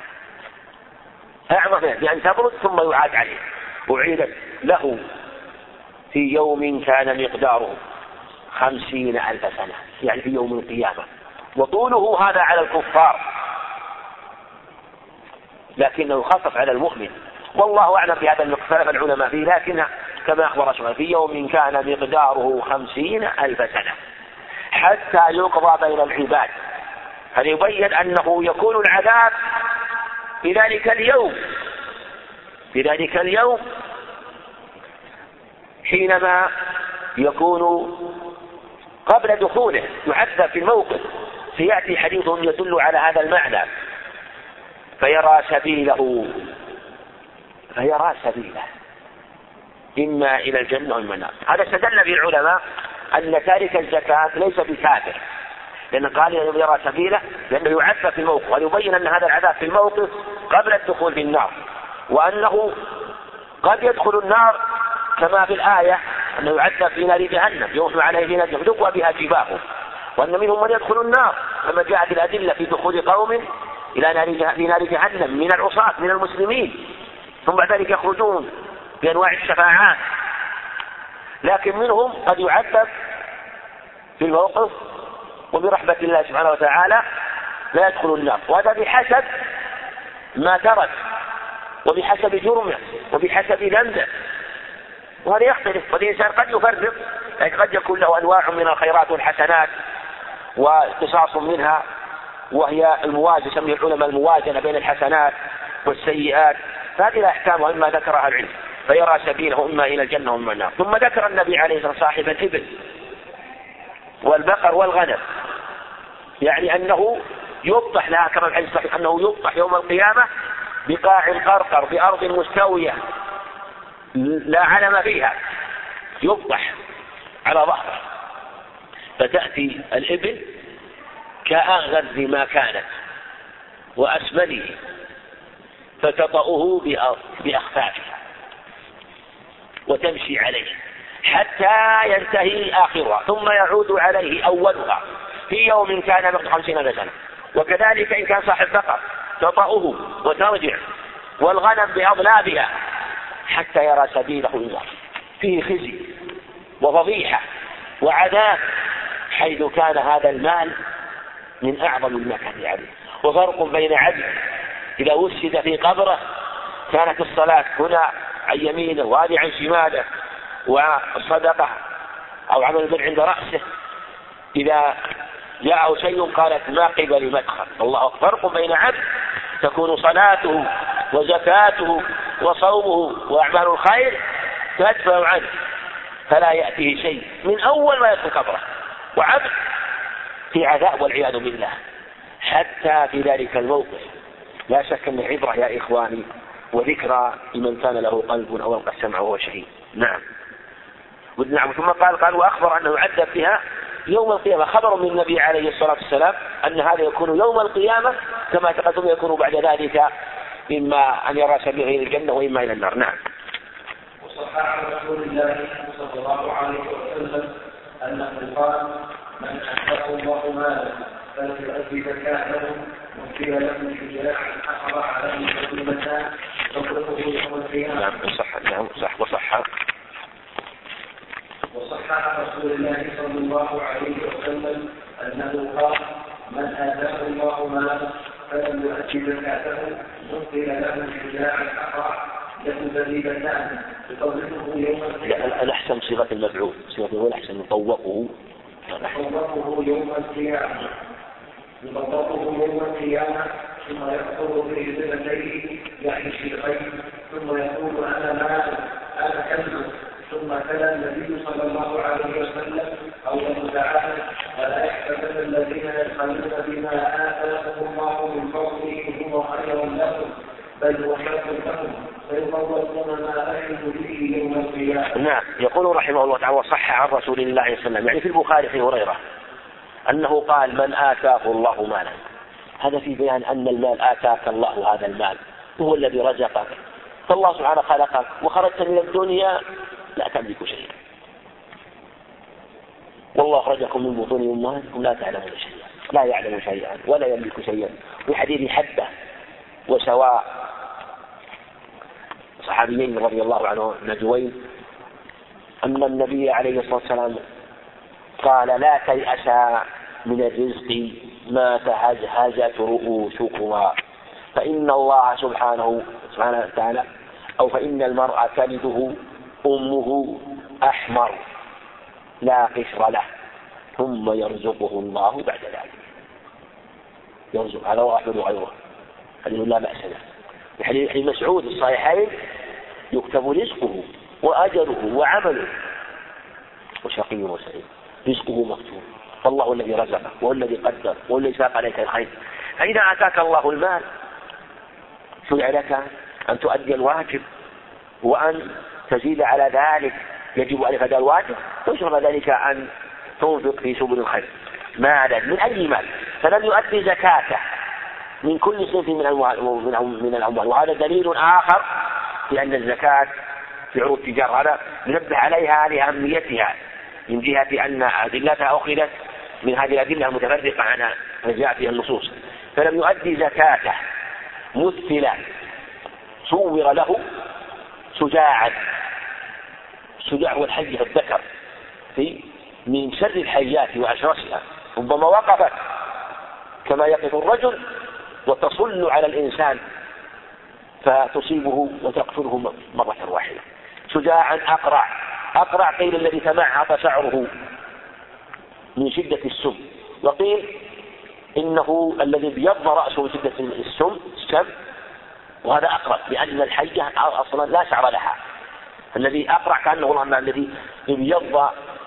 أعظم بأن تبرد ثم يعاد عليه. أعيدت له في يوم كان مقداره خمسين ألف سنة، يعني في يوم القيامة، وطوله هذا على الكفار لكنه خفف على المؤمن، والله أعلم بهذا المختلف العلماء فيه، لكن كما أخبر سبحانه في يوم كان مقداره خمسين ألف سنة حتى يقضى بين العباد. هذا يبين أنه يكون العذاب في ذلك اليوم في ذلك اليوم حينما يكون قبل دخوله يعذب في الموقف. سيأتي حديث يدل على هذا المعنى. فيرى سبيله فيرى سبيله إما إلى الجنة وإما النار. هذا استدل به العلماء أن تارك الزكاة ليس بكافر، لأن قال يرى سبيله لأنه يعذب في الموقف، ويبين أن هذا العذاب في الموقف قبل الدخول في النار، وأنه قد يدخل النار كما في الآية أنه يعذب في نار جهنم يوحى عليه في نار جهنم تقوى بها جباههم، وأن منهم من يدخل النار كما جاءت الأدلة في دخول قوم إلى نار في نار جهنم من العصاة من المسلمين، ثم بعد ذلك يخرجون بأنواع الشفاعات، لكن منهم قد يعذب في الموقف وبرحمة الله سبحانه وتعالى لا يدخل النار، وهذا بحسب ما ترك وبحسب جرمه وبحسب ذنبه، وهذا يختلف. والإنسان قد يفرق، يعني قد يكون له أنواع من الخيرات والحسنات وقصاص منها، وهي الموازنة، يسمي العلماء الموازنة بين الحسنات والسيئات، فهذه الأحكام وإما ذكرها العلم. فيرى سبيله إما إلى الجنة وإما النار. ثم ذكر النبي عليه الصلاة والسلام صاحب الإبل والبقر والغنم، يعني أنه يبطح لها كما الحديث الصحيح أنه يبطح يوم القيامة بقاع قرقر بأرض مستوية لا علم فيها، يبطح على ظهره، فتأتي الإبل كأغذ ما كانت وأسمنه فتطأه بأخفافها وتمشي عليه حتى ينتهي آخرها، ثم يعود عليه أولها في يوم كان مقداره خمسين ألف سنة. وكذلك إن كان صاحب بقر تطأه وترجع، والغنم بأضلابها حتى يرى سبيله الله. فيه خزي وفضيحة وعذاب، حيث كان هذا المال من أعظم المكان عليه. وفرق بين عبد إذا وسد في قبره كانت الصلاة هنا عن يمينه وهذه عن شماله، والصدقة أو عمل البر عند رأسه، إذا جاءه شيء قالت ما قبل مدخل. الله أكبر. فرق بين عبد تكون صلاته وزكاته وصومه وأعمال الخير تدفع عنه فلا يأتيه شيء من أول ما يدخل قبره، وعبد في عذاب والعياذ بالله حتى في ذلك الموقف. لا شك أن عبرة يا إخواني وذكرى لمن كان له قلب أو ألقى السمع وهو شهيد. نعم. نعم. ثم قال قال وأخبر أنه يعذب فيها يوم القيامة. خبر من النبي عليه الصلاة والسلام أن هذا يكون يوم القيامة كما تقدم يكون بعد ذلك إما أن يرى سبيله إلى الجنة وإما إلى النار. نعم. وصح عن رسول الله صلى الله عليه وسلم أنه قال من أحبه الله ماله فليؤدي زكاته وفي له شجاع أحرى عليه مسلمتان تطلقه يوم القيامة. نعم. صح. نعم. صح. وصح وصح عن رسول الله صلى الله عليه وسلم أنه قال من آتاه الله ماله فلم يؤدي زكاته نقل له شجاع أحرى له ذبيبتان تطلقه يوم القيامة. الأحسن صيغة المفعول، صيغة الأحسن يطوقه يطوقه يوم القيامة يطوقه يوم القيامة ثم يأخذ برجليه يعني الشيخين ثم يقول أنا مال أنا كنز. ثم تلا النبي صلى الله عليه وسلم قوله تعالى ولا يحسبن الذين يبخلون بما آتاهم الله من فضله هو خير لهم بل هو شر لهم فيطوقون ما أخذوا به يوم القيامة. نعم. يقول رحمه الله تعالى وصح عن رسول الله صلى الله عليه وسلم، يعني في البخاري في هريرة أنه قال من آتاه الله مالا. هذا في بيان أن المال آتاك الله هذا المال وهو الذي رزقك، فالله سبحانه خلقك وخرجت من الدنيا لا تملك شيئا، والله أخرجكم من بطون أمهاتكم لا تعلمون شيئا، لا يعلم شيئا ولا يملك شيئا. في حديث حبة وسواء صحابيين رضي الله عنه نجوين أن النبي عليه الصلاة والسلام قال لا تيأسا من الرزق ما تهزهزت رؤوسكما، فإن الله سبحانه سبحانه وتعالى أو فإن المرء تلده أمه أحمر لا قشر له ثم يرزقه الله بعد ذلك. يرزق هذا هو أحمد وغيره، حديث لا بأس له. في حديث مسعود الصحيحين يكتب رزقه وأجله وعمله وشقي وسعيد، رزقه مكتوب، فالله الذي رزقه وهو الذي قدر وهو الذي ساق عليك الخير. فإذا آتاك الله المال شرع لك أن تؤدي الواجب وأن تزيد على ذلك، يجب عليك أداء الواجب، ويشرع ذلك أن تنفق في سبل الخير مالا من أي مال، فلم يؤدي زكاته من كل صنف من من الأموال. وهذا دليل آخر لأن الزكاة في عروض التجارة هذا ننبه عليها لأهميتها من جهة أن أدلتها أخذت من هذه الأدلة المتفرقة عنها جاء فيها النصوص. فلم يؤدي زكاته مثلا صور له شجاعا، الشجاع هو الحية الذكر في من شر الحيات وأشرسها، ربما وقفت كما يقف الرجل وتصل على الإنسان فتصيبه وتقتله مرة واحدة. شجاعا أقرع، أقرع قيل الذي تمعط شعره من شدة السم، وقيل إنه الذي ابيض رأسه من شدة السم السم، وهذا أقرع لأن الحية أصلا لا شعر لها. الذي أقرع كأنه الأمام الذي ابيض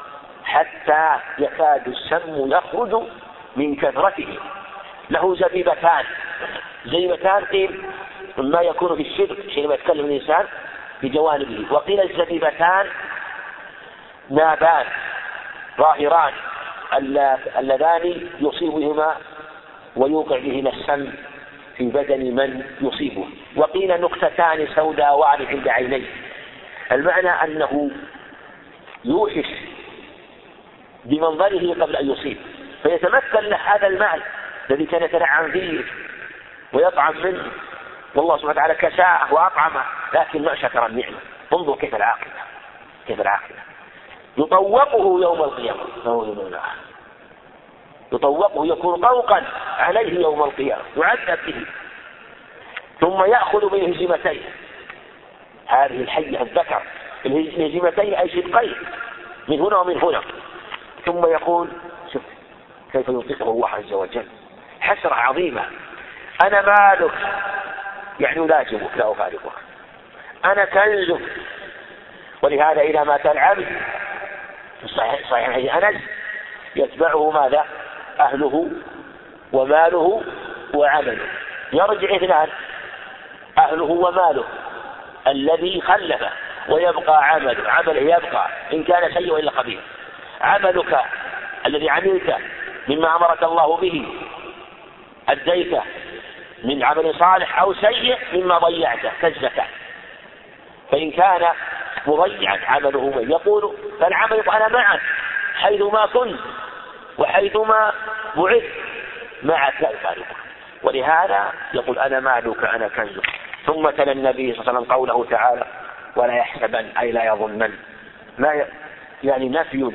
حتى يكاد السم يخرج من كثرته، له زبيبتان، زبيبتان قيل مما يكون في الشرك حينما يتكلم الإنسان بجوانبه، وقيل الزبيبتان نابان ظاهران اللذان يصيب بهما ويوقع بهما السم في بدن من يصيبه، وقيل نقطتان سوداوان عند عينيه. المعنى أنه يوحش بمنظره قبل أن يصيب، فيتمثل له هذا المال الذي كان يتنعم فيه ويطعم منه، والله سبحانه وتعالى كساءه وأطعمه لكن ما شكر النعمة. انظر كيف العاقبة، كيف العاقبة. يطوقه يوم القيامة، يطوقه يكون طوقا عليه يوم القيامة يعذب به، ثم يأخذ من هزيمتيه، هذه الحية الذكر الهزيمتين أي شقين من هنا ومن هنا، ثم يقول شوف كيف ينطقه الله عز وجل حسرة عظيمة، أنا مالك يعني ألازمك لا أفارقك، أنا كنزك. ولهذا إذا مات العبد صحيح صحيح أنس يتبعه ماذا؟ أهله وماله وعمله، يرجع اثنان، أهله وماله الذي خلفه، ويبقى عمله، عمله يبقى إن كان سيء إلا خبيث. عملك الذي عملته مما أمرك الله به أديته من عمل صالح أو سيء مما ضيعته كالزكاة، فإن كان مضيعا عمله من يقول فالعمل أنا معك حيثما كنت وحيثما بعثت معك لا أفارقك. ولهذا يقول أنا مالك أنا كنزك. ثم تلا النبي صلى الله عليه وسلم قوله تعالى ولا يحسبن أي لا يظنن، ما يعني نفي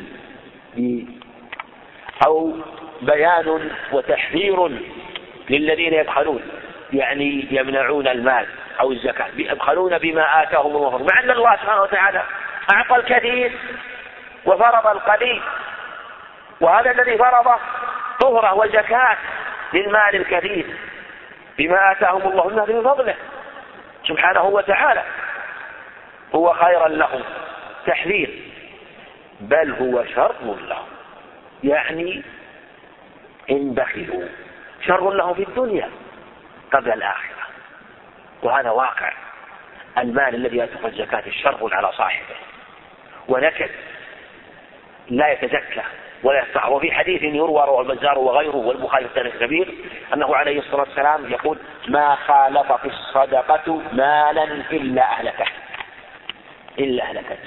أو بيان وتحذير للذين يبخلون، يعني يمنعون المال أو الزكاة، يبخلون بما آتاهم الله، مع أن الله سبحانه وتعالى أعطى الكثير وفرض القليل، وهذا الذي فرضه طهرة وزكاة للمال الكثير بما آتاهم الله من فضله سبحانه وتعالى، هو خيرا لهم تحذير، بل هو شر لهم، يعني إن بخلوا شر لهم في الدنيا قبل الآخرة. وهذا واقع، المال الذي يأخذ الزكاة الشر على صاحبه ونكد لا يتزكى ولا يستطاع. وفي حديث يروى رواه البزار وغيره والبخاري في الكبير أنه عليه الصلاة والسلام يقول ما خالفت الصدقة مالا إلا أهلكته إلا أهلكته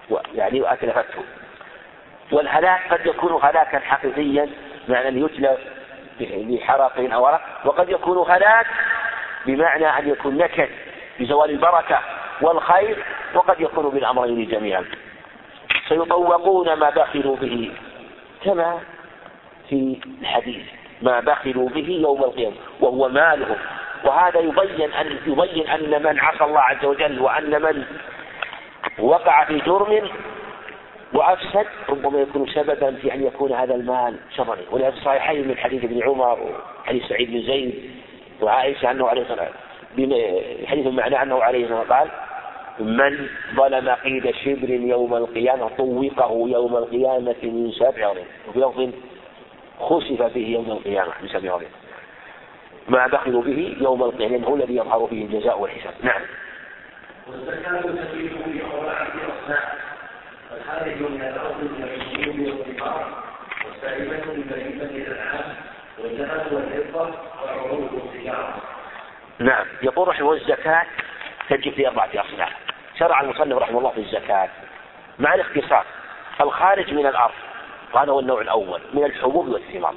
يعني أتلفته. والهلاك قد يكون هلاكا حقيقيا معنى أن يتلف بحرق أو ورق، وقد يكون هلاك بمعنى أن يكون نكد بزوال البركة والخير، وقد يكون بالأمرين جميعا. سيطوقون ما بخلوا به كما في الحديث ما بخلوا به يوم القيامة وهو مالهم. وهذا يبين أن يبين أن من عصى الله عز وجل وأن من وقع في جرم وأفسد ربما يكون سببا في أن يكون هذا المال شرا. ولهذا الصحيحين من حديث ابن عمر وحديث سعيد بن زيد وعائشة أنه عليه الصلاة والسلام حديث معناه أنه عليه الصلاة والسلام قال: من ظلم قيد شبر يوم القيامة طوقه يوم القيامة من سبع أرض، وفي لفظ خسف به يوم القيامة من سبع أرض. ما بخلوا به يوم القيامة هو الذي يظهر به الجزاء والحساب. نعم. والزكاة تجري في أربعة أصناف: الخارج من الأرض من الحبوب والثمار، والسائمة من بهيمة الأنعام، والذهب والفضة وعروض التجارة. نعم. يقول رحمه الزكاة تجري في أربعة أصناف. شرع المصنف رحمه الله في الزكاة مع الاختصار: الخارج من الأرض، هذا هو النوع الأول من الحبوب والثمار.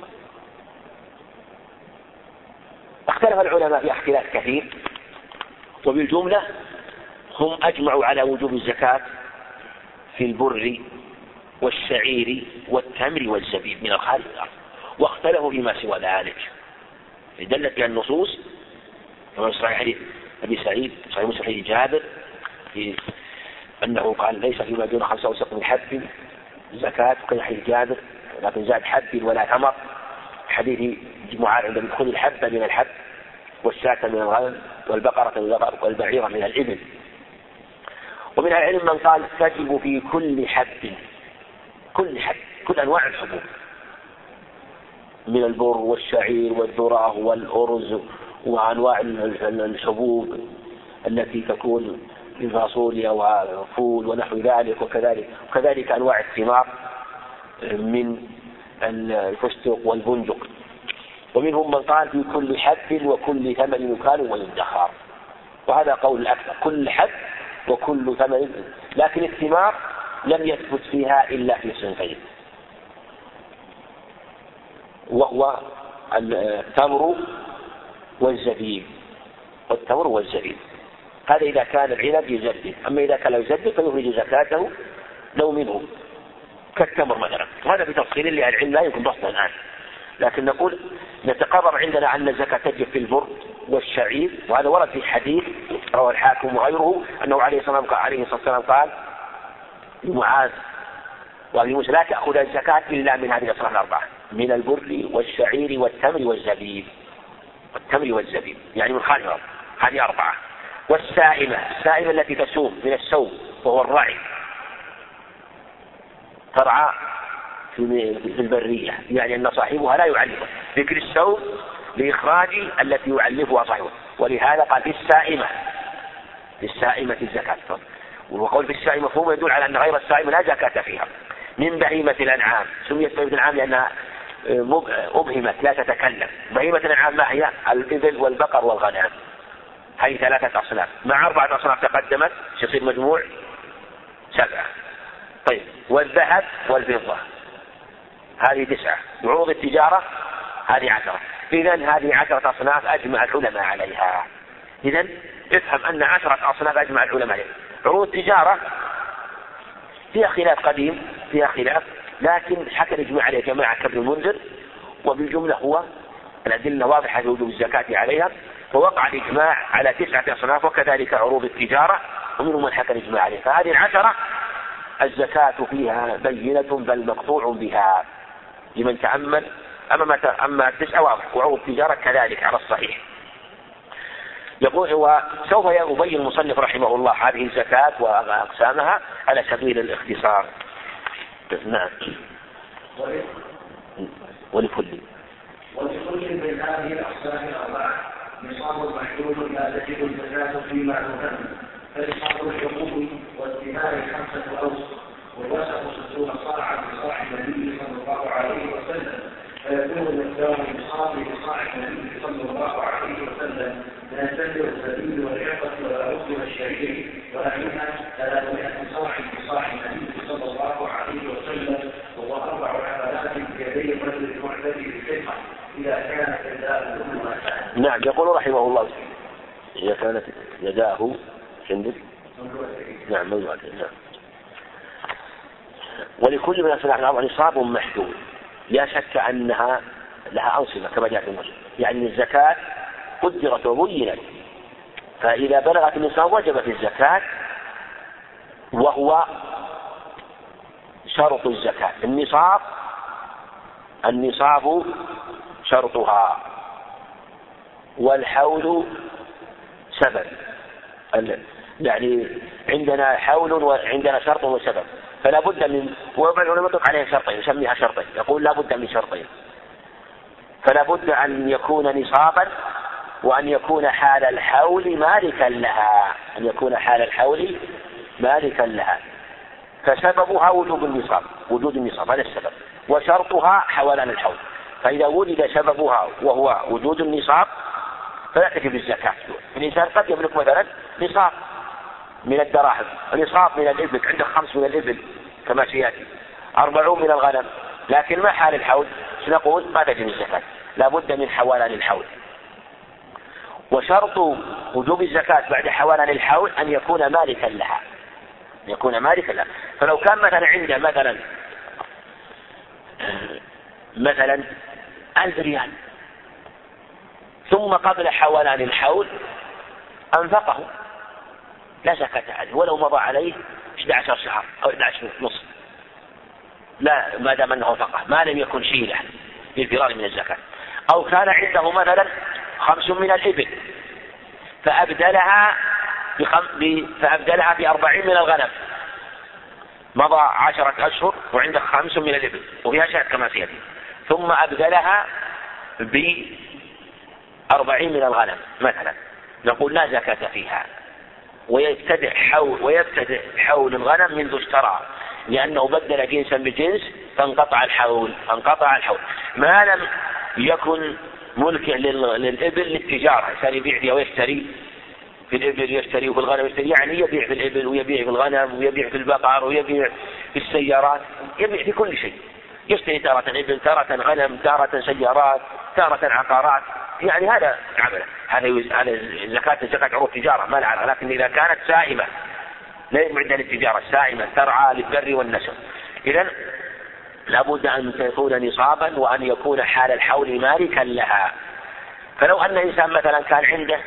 اختلف العلماء في اختلاف كثير، وبالجملة هم أجمعوا على وجوب الزكاة في البر والشعير والتمر والزبيب من الخارج من الأرض، واختلفوا فيما سوى ذلك. دلت بها النصوص كما في صحيح حديث أبي سعيد صحيح مسلم حديث جابر أنه قال: ليس فيما دون خمسة أوسق من حب زكاة، وكان حديث جابر لكن زاد حب ولا تمر. حديث معاذ عند خذ الحب من الحب والشاة من الغنم والبقرة من البقر والبعيرة من الإبل. ومن العلم من قال تجب في كل حب، كل حب كل أنواع الحبوب من البر والشعير والذرة والأرز وأنواع الحبوب التي تكون من فاصوليا وفول ونحو ذلك، وكذلك وكذلك أنواع الثمار من الفستق والبندق. ومنهم من قال في كل حب وكل ثمن يكال ويدخر، وهذا قول الأكثر: كل حب وكل ثمن. لكن الثمار لم يثبت فيها إلا في صنفين، وهو التمر والزبيب. والتمر والزبيب هذا إذا كان العنب يزبد، أما إذا كان لا يزبد فيخرج زكاته لو منه كالتمر مثلا. وهذا بتفصيل لأهل العلم لا يمكن بسطه الآن، لكن نقول نتقرر عندنا أن الزكاة تجب في البر والشعير. وهذا ورد في حديث رواه الحاكم وغيره أنه عليه الصلاة والسلام قال لمعاذ وأبي موسى: لا تأخذ الزكاة إلا من هذه الأصناف الأربعة، من البر والشعير والتمر والزبيب. والتمر والزبيب يعني من خارج الأرض، هذه أربعة. والسائمة، السائمة التي تسوم من السوم وهو الرعي، ترعى في البرية، يعني أن صاحبها لا يعلفها. ذكر السوم لإخراج التي يعلفها صاحبها، ولهذا قال في السائمة، في السائمة الزكاة. وقول في السائمة مفهوم يدل على أن غير السائمة لا زكاة فيها. من بهيمة الأنعام، سميت بهيمة الأنعام لأنها أبهمت لا تتكلم. بهيمة الأنعام ما هي؟ الإبل والبقر والغنم، هذه ثلاثة أصناف مع أربعة أصناف تقدمت يصير مجموع سبعة. طيب، والذهب والفضة هذه تسعة. عروض التجارة هذه عشرة. إذن هذه عشرة أصناف أجمع العلماء عليها. إذن افهم أن عشرة أصناف أجمع العلماء عليها. عروض التجارة فيها خلاف قديم، فيها خلاف، لكن حكى الإجماع عليه جماعة كابن المنذر، وبالجملة هو الأدلة واضحة في وجوب الزكاة عليها، فوقع الإجماع على تسعة أصناف. وكذلك عروض التجارة ومنهم من حكى الإجماع عليه. فهذه العشرة الزكاة فيها بينة بل مقطوع بها لمن تأمل. أما أما التسعة واضح، وعروض التجارة كذلك على الصحيح. يقول وسوف يبين المصنف رحمه الله هذه الزكاة وأقسامها على سبيل الاختصار. نعم. ولكل ولكل من هذه الأقسام الأربعة نصاب محدود لا تجب الزكاة فيما تهم، فنصاب الحقوق والثمار خمسة أوسق، والوسط ستون صاعا بصاع النبي صلى الله عليه وسلم، فيكون مقدار النصاب بصاع النبي صلى الله عليه وسلم من التمر والزبيب والعقة والأرز والشعير، ونحوها ثلاثمائة صاع بصاع النبي الله إذا كانت يداه عندك نعم مملوءتين نعم. ولكل من أصناف الأرض نصاب محدود لا شك أنها لها أنصبة كما جاء في النص، يعني الزكاة قدرت وبينت، فإذا بلغت النصاب وجبت الزكاة، وهو شرط الزكاة. النصاب النصاب شرطها، والحول سبب، يعني عندنا حول وعندنا شرط وسبب، فلا بد من، والعلماء يطلق عليها شرطين يسميها شرطين، يقول لا بد من شرطين، فلا بد أن يكون نصابا وأن يكون حال الحول مالكا لها، أن يكون حال الحول مالكا لها، فسببها وجوب النصاب، وجود النصاب هذا السبب، وشرطها حولان الحول، فإذا وجد سببها وهو وجود النصاب فلا تجب الزكاة. الإنسان قد يملك مثلا نصاب من الدراهم، نصاب من الإبل، عنده خمس من الإبل كما سيأتي، أربعون من الغنم، لكن ما حال الحول؟ سنقول ما تجب الزكاة، لا بد من حولان الحول. وشرط وجوب الزكاة بعد حولان الحول أن يكون مالكا لها، أن يكون مالكا لها. فلو كان مثلا عنده مثلا مثلا ألف ريال، ثم قبل حولان الحول أنفقه لا زكاة عليه، ولو مضى عليه إحدى عشر شهر أو إحدى عشر نصف، لا ما دام أنه فقه ما لم يكن شيله للفرار من الزكاة. أو كان عنده مثلا خمس من الإبل فأبدلها بخم... ب... فأبدلها بأربعين من الغنم، مضى عشرة أشهر وعنده خمس من الإبل وفيها شاة كما سيأتي، ثم أبدلها بأربعين من الغنم مثلا، نقول لا زكاة فيها، ويبتدئ حول ويبتدئ حول الغنم منذ اشترى، لأنه بدل جنسا بجنس فانقطع الحول فانقطع الحول ما لم يكن ملكا للإبل للتجارة، كان يبيع فيها ويشتري في الإبل يشتري وفي الغنم يشتري، يعني يبيع في الإبل ويبيع في الغنم ويبيع في البقر ويبيع في السيارات، يبيع في كل شيء، يشتري تارة إبل تارة غنم تارة سيارات تارة عقارات، يعني هذا عمله، هذا هذا زكاة زكاة عروض تجارة ما لها، لكن إذا كانت سائمة لا يمعدها للتجارة، سائمة ترعى للبر والنسل، إذن لابد أن تكون نصابا وأن يكون حال الحول مالكا لها. فلو أن إنسان مثلا كان عنده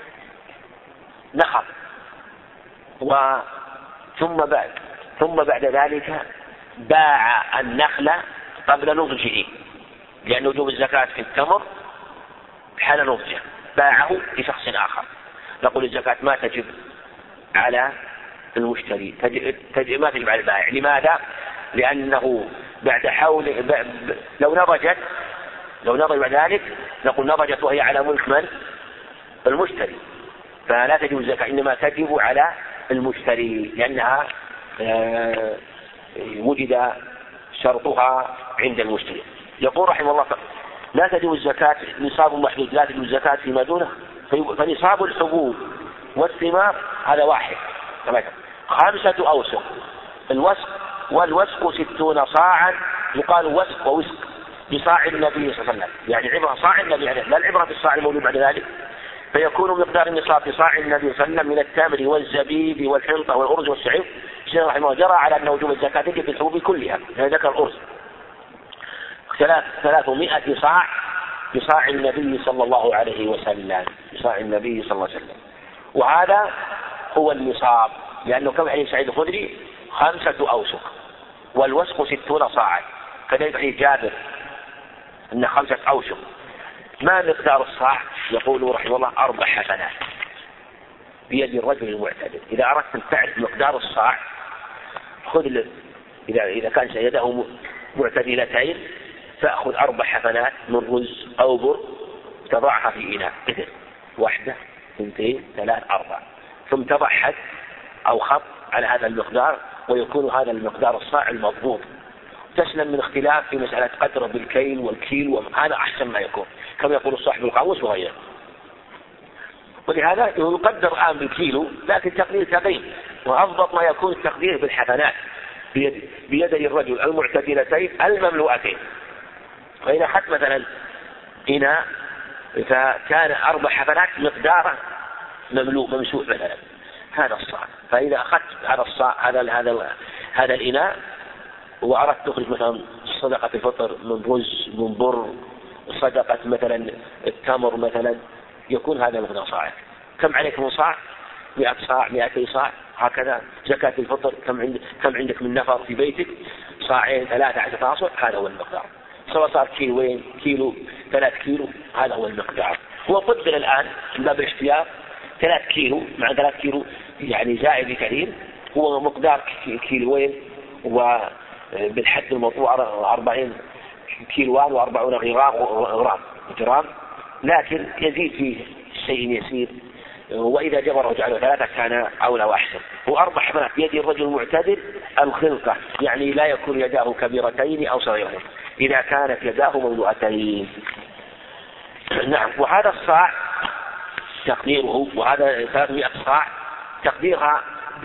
نخل و ثم بعد ثم بعد ذلك باع النخل قبل نضجه، لأن وجوب الزكاة في التمر حال نضجه، باعه لشخص آخر، نقول الزكاة ما تجب على المشتري، تجب, تجب ما تجب على البائع. لماذا؟ لأنه بعد حول ب... ب... لو نضجت لو نضج بعد ذلك نقول نضجت وهي على ملك من؟ المشتري، فلا تجب الزكاة، إنما تجب على المشتري لأنها آه وجد شرطها عند المشتري. يقول رحمه الله لا تجب الزكاة نصاب محدود، لا تجب الزكاة فيما دونه، فنصاب الحبوب والثمار هذا واحد خمسة أوسق، الوسق والوسق ستون صاعا، يقال وسق ووسق بصاع النبي صلى الله عليه وسلم، يعني عبرة صاع النبي عليه لا العبرة بالصاع الموجود بعد ذلك، فيكون مقدار النصاب في صاع النبي صلى الله عليه وسلم من التمر والزبيب والحنطة والأرز والشعير. الشيخ رحمه الله جرى على أن وجوب الزكاة تجب في الحبوب كلها، يعني ذكر الأرز ثلاثمائة صاع بصاع النبي صلى الله عليه وسلم، بصاع النبي صلى الله عليه وسلم، وهذا هو النصاب، لأنه كما حديث سعيد الخدري خمسة أوسق والوسق ستون صاعا، كذلك حديث جابر أن خمسة أوسق. ما مقدار الصاع؟ يقول رحمه الله أربع حسنات بيد الرجل المعتدل. إذا أردت أن تعرف مقدار الصاع خذ إذا إذا كان يده معتدلتين تأخذ أربع حسنات من رز أو بر تضعها في إناء مثل واحدة اثنتين ثلاث أربع، ثم تضع حد أو خط على هذا المقدار، ويكون هذا المقدار الصاع المضبوط، تسلم من اختلاف في مسألة قدره بالكيل والكيل، وهذا أحسن ما يكون كما يقول صاحب القاموس وغيره. ولهذا يقدر الآن بالكيلو، لكن تقدير تقييم، وأضبط ما يكون التقدير بالحسنات بيد بيدي الرجل المعتدلتين المملوءتين. فإذا أخذت مثلا إناء فكان أربع حفنات مقداره مملوء ممسوح مثلا، هذا الصاع. فإذا أخذت هذا الصاع هذا هذا هذا الإناء وأردت تخرج مثلا صدقة الفطر من رز من بر، صدقة مثلا التمر مثلا، يكون هذا مقدار صاع. كم عليك من صاع؟ مئة صاع، مئتي صاع، هكذا. زكاة الفطر كم عندك كم عندك من نفر في بيتك؟ صاعين، ثلاثة، عشرة أصع، هذا هو المقدار. سواء صار كيلوين، كيلو، ثلاث كيلو، هذا هو المقدار. هو قدر الآن من باب الاحتياط ثلاث كيلو، مع ثلاث كيلو يعني زائد بكثير، هو مقدار كيلوين وبالحد المطبوع أربعين كيلوان وأربعون غرام جرام، لكن يزيد فيه شيء يسير، وإذا جبره جعله ثلاثة كان أولى وأحسن. وأربع حفنات بيد الرجل المعتدل الخلقة، يعني لا يكون يداه كبيرتين أو صغيرتين، إذا كانت يداه مملوءتين. نعم. وهذا الصاع تقديره، وهذا ثلاثمائة صاع تقديرها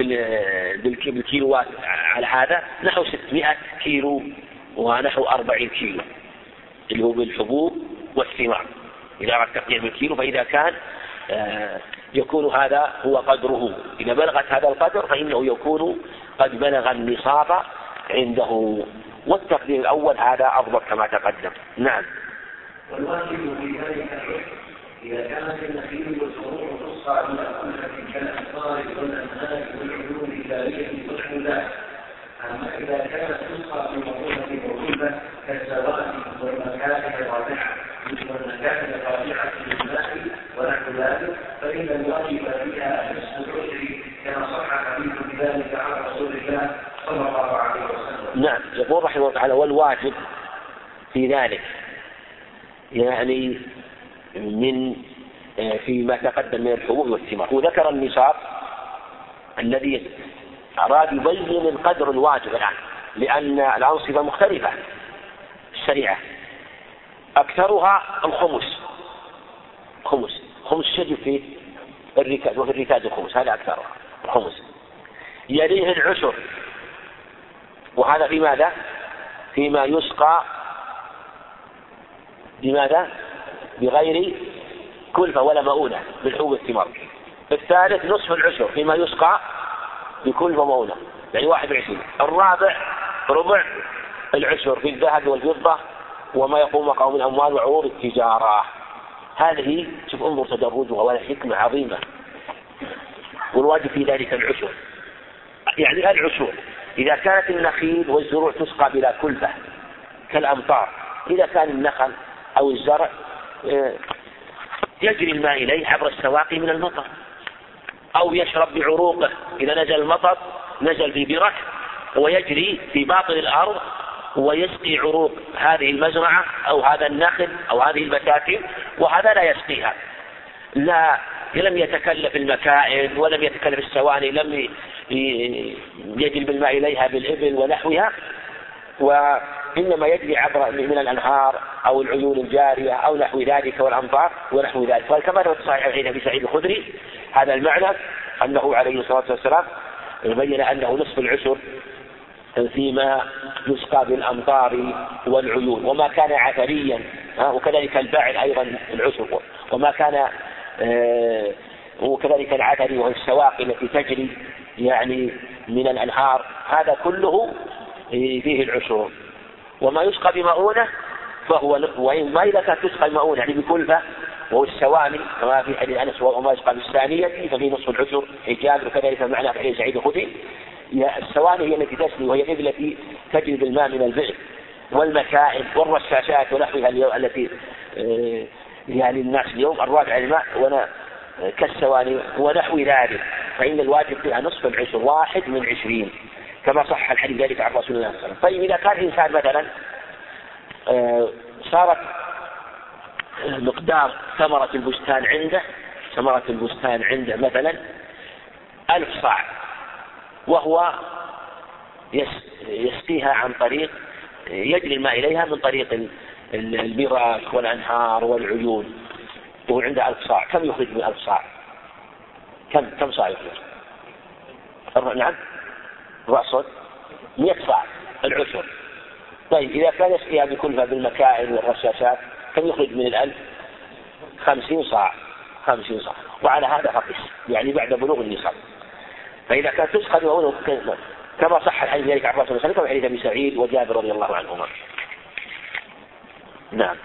بالكيلوات على هذا نحو ستمائة كيلو ونحو أربعين كيلو، اللي هو بالحبوب والثمار. إذا أردت تقدير بالكيلو فإذا كان آه يكون هذا هو قدره. إذا بلغت هذا القدر فإنه يكون قد بلغ النصاب عنده. والتقدير الأول هذا أضبط كما تقدم. نعم. والواجب في ذلك الحكم إذا كانت النخيل والفروع تصفى إلى كل كالأمطار والأنهار والعيون الجارية ونحو ذلك. أما إذا كانت تصفى في مطولة موجودة كالزواج والمكاتب الرابعة والمكاتب الرابعة للماء ونحو ذلك، فإن الواجب فيها نصف العشر كما صح حديث بذلك عن رسول الله صلى الله عليه وسلم. نعم. يقول رحمه الله تعالى: والواجب في ذلك يعني من فيما تقدم من الحبوب والثمار. وذكر النصاب الذي أراد يبين القدر الواجب الآن، لأن الأنصبة مختلفة الشريعة، أكثرها الخمس خمس خمس شجب في الركاز، وفي الركاز الخمس، هذا أكثرها الخمس. يليه العشر، وهذا في ماذا؟ فيما يسقى بماذا؟ بغير كلفة ولا مؤونة بالحبوب والثمار. الثالث نصف العشر فيما يسقى بكلفة ومؤونة، يعني واحد وعشرين. الرابع ربع العشر في الذهب والفضة وما يقوم مقام الأموال وعروض التجارة. هذه شوف انظر تدرجها ولا حكمة عظيمة. والواجب في ذلك العشر، يعني العشر إذا كانت النخيل والزروع تسقى بلا كلفة كالأمطار. إذا كان النخل أو الزرع يجري الماء إليه عبر السواقي من المطر، أو يشرب بعروقه، إذا نزل المطر نزل في برك ويجري في باطن الأرض ويسقي عروق هذه المزرعة أو هذا النخل أو هذه البساتين، وهذا لا يسقيها، لا لم يتكلف المكائن ولم يتكلف السواني، لم يجلب الماء إليها بالإبل ونحوها، وإنما يجري عبر من الأنهار أو العيون الجارية أو نحو ذلك والأمطار ونحو ذلك. فكما في صحيح أبي سعيد الخدري هذا المعنى، أنه عليه الصلاة والسلام بين أنه نصف العشر فيما يسقى بالأمطار والعيون، وما كان عثريا، وكذلك الباعل أيضا العشر، وما كان آه وكذلك العثري والسواقي التي تجري يعني من الأنهار، هذا كله فيه العشر. وما يسقى بمؤونة فهو، وما إذا كانت تسقى بمؤونة يعني بكلفة وهو السوامي كما في حديث أنس، وما يسقى بالثانية ففيه نصف العشر حجاب، وكذلك معنى في حديث سعيد الخدري السواني هي التي تسري، وهي الإبل التي تجري بالماء من البئر، والمكائن والرشاشات ونحوها التي يعني الناس اليوم الرافع الماء كالسواني ونحو ذلك، فإن الواجب فيها نصف العشر، واحد من عشرين، كما صح الحديث ذلك عن رسول الله صلى الله عليه وسلم. طيب إذا كان إنسان مثلا صارت مقدار ثمرة البستان عنده ثمرة البستان عنده مثلا ألف صاع، وهو يسقيها عن طريق يجري الماء إليها من طريق البراك والأنهار والعيون، وهو عنده ألف صاع، كم يخرج من ألف صاع؟ كم كم صاع يخرج؟ نعم رأسه مئة صاع العشر. طيب إذا كان يسقيها بكلفة بالمكائن والرشاشات كم يخرج من الألف؟ خمسين صاع خمسين صاع، وعلى هذا فقس يعني بعد بلوغ النصاب. فإذا كانت تسقى بمؤونه كما صح الحديث ذلك عن الرسول صلى الله عليه وسلم حديث أبي سعيد وجابر رضي الله عنهما. نعم.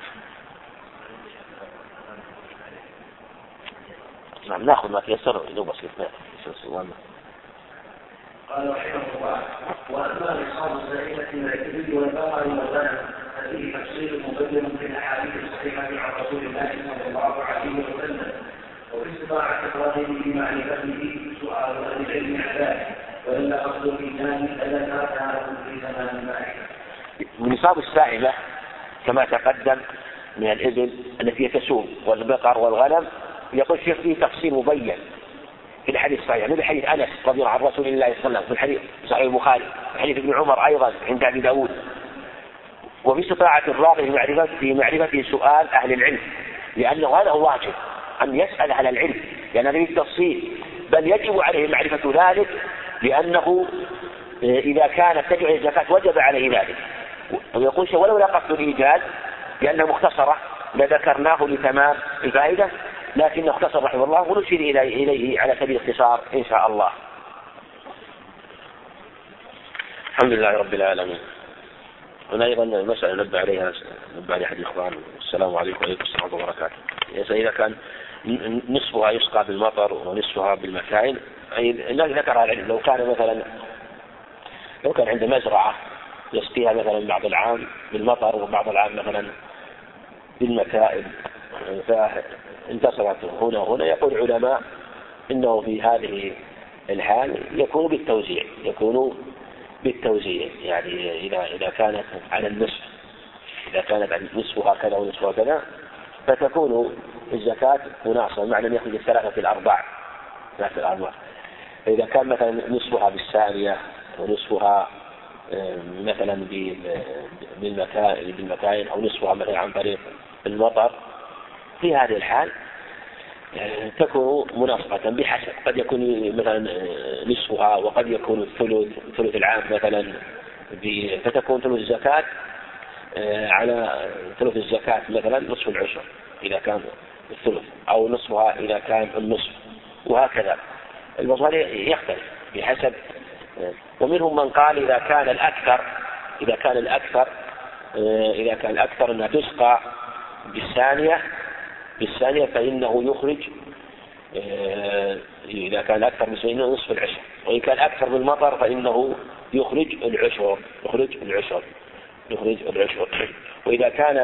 نعم ناخذ ما تيسر لو بسيط. نعم. قال رحمه الله: واما نصاب الزائده من الابل والبقر والغنم ففيه تفصيل مبين في الاحاديث الصحيحه عن رسول الله صلى الله عليه وسلم، وفي استطاعه الرجل بمعرفته سؤال اهل العلم عن ذلك، والا قصد في ثاني فلا تركها في زمان المعرفه. نصاب السائمه كما تقدم من الابل التي تسوم والبقر والغنم، يقول الشيخ فيه تفصيل مبين في الحديث الصحيح من حديث انس رضي الله عن رسول الله صلى الله عليه وسلم في الحديث صحيح البخاري، حديث ابن عمر ايضا عند ابي داود. وفي استطاعة الراغب في معرفة في معرفة سؤال اهل العلم، لانه هذا هو واجب ان يسأل اهل العلم، لان هذا التفصيل بل يجب عليه معرفة ذلك، لانه اذا كانت تجب الزكاة وجب عليه ذلك. ويقول شيء ولو لا قصد الايجاز لانها مختصرة لذكرناه لتمام الفائدة، لكنه اختصر رحمه الله ونشير إليه على سبيل الاختصار إن شاء الله. الحمد لله رب العالمين. هنا أيضا مسألة نبه عليها نبه عليها أحد الإخوان. السلام عليكم وعليكم السلام وبركاته. إذا كان نصفها يسقى بالمطر ونصفها بالمكائن، أي ذكر العلم لو كان مثلا لو كان عنده مزرعة يسقيها مثلا بعض العام بالمطر وبعض العام مثلا بالمكائن فانتصرت هنا وهنا، يقول العلماء إنه في هذه الحال يكون بالتوزيع يكون بالتوزيع يعني إذا إذا كانت على النصف إذا كانت نصفها كذا ونصفها كذا فتكون الزكاة مناصبة، معنى أن يخرج الثلاثة الأرباع ثلاثة الأرباع. إذا كان مثلا نصفها بالسارية ونصفها مثلا بالمكائن أو نصفها مثلا عن طريق المطر، في هذه الحال تكون مناصبة بحسب، قد يكون مثلا نصفها وقد يكون الثلث ثلث العام مثلا، فتكون ثلث الزكاة على ثلث الزكاة مثلا نصف العشر إذا كان الثلث، أو نصفها إذا كان النصف، وهكذا. المصاريف يختلف بحسب. ومنهم من قال إذا كان الأكثر إذا كان الأكثر إذا كان الأكثر أنها تسقى بالثانية بالثانية فإنه يخرج إذا كان أكثر من نصف العشر، وإن كان أكثر من المطر فإنه يخرج العشر يخرج العشر يخرج العشر. وإذا كان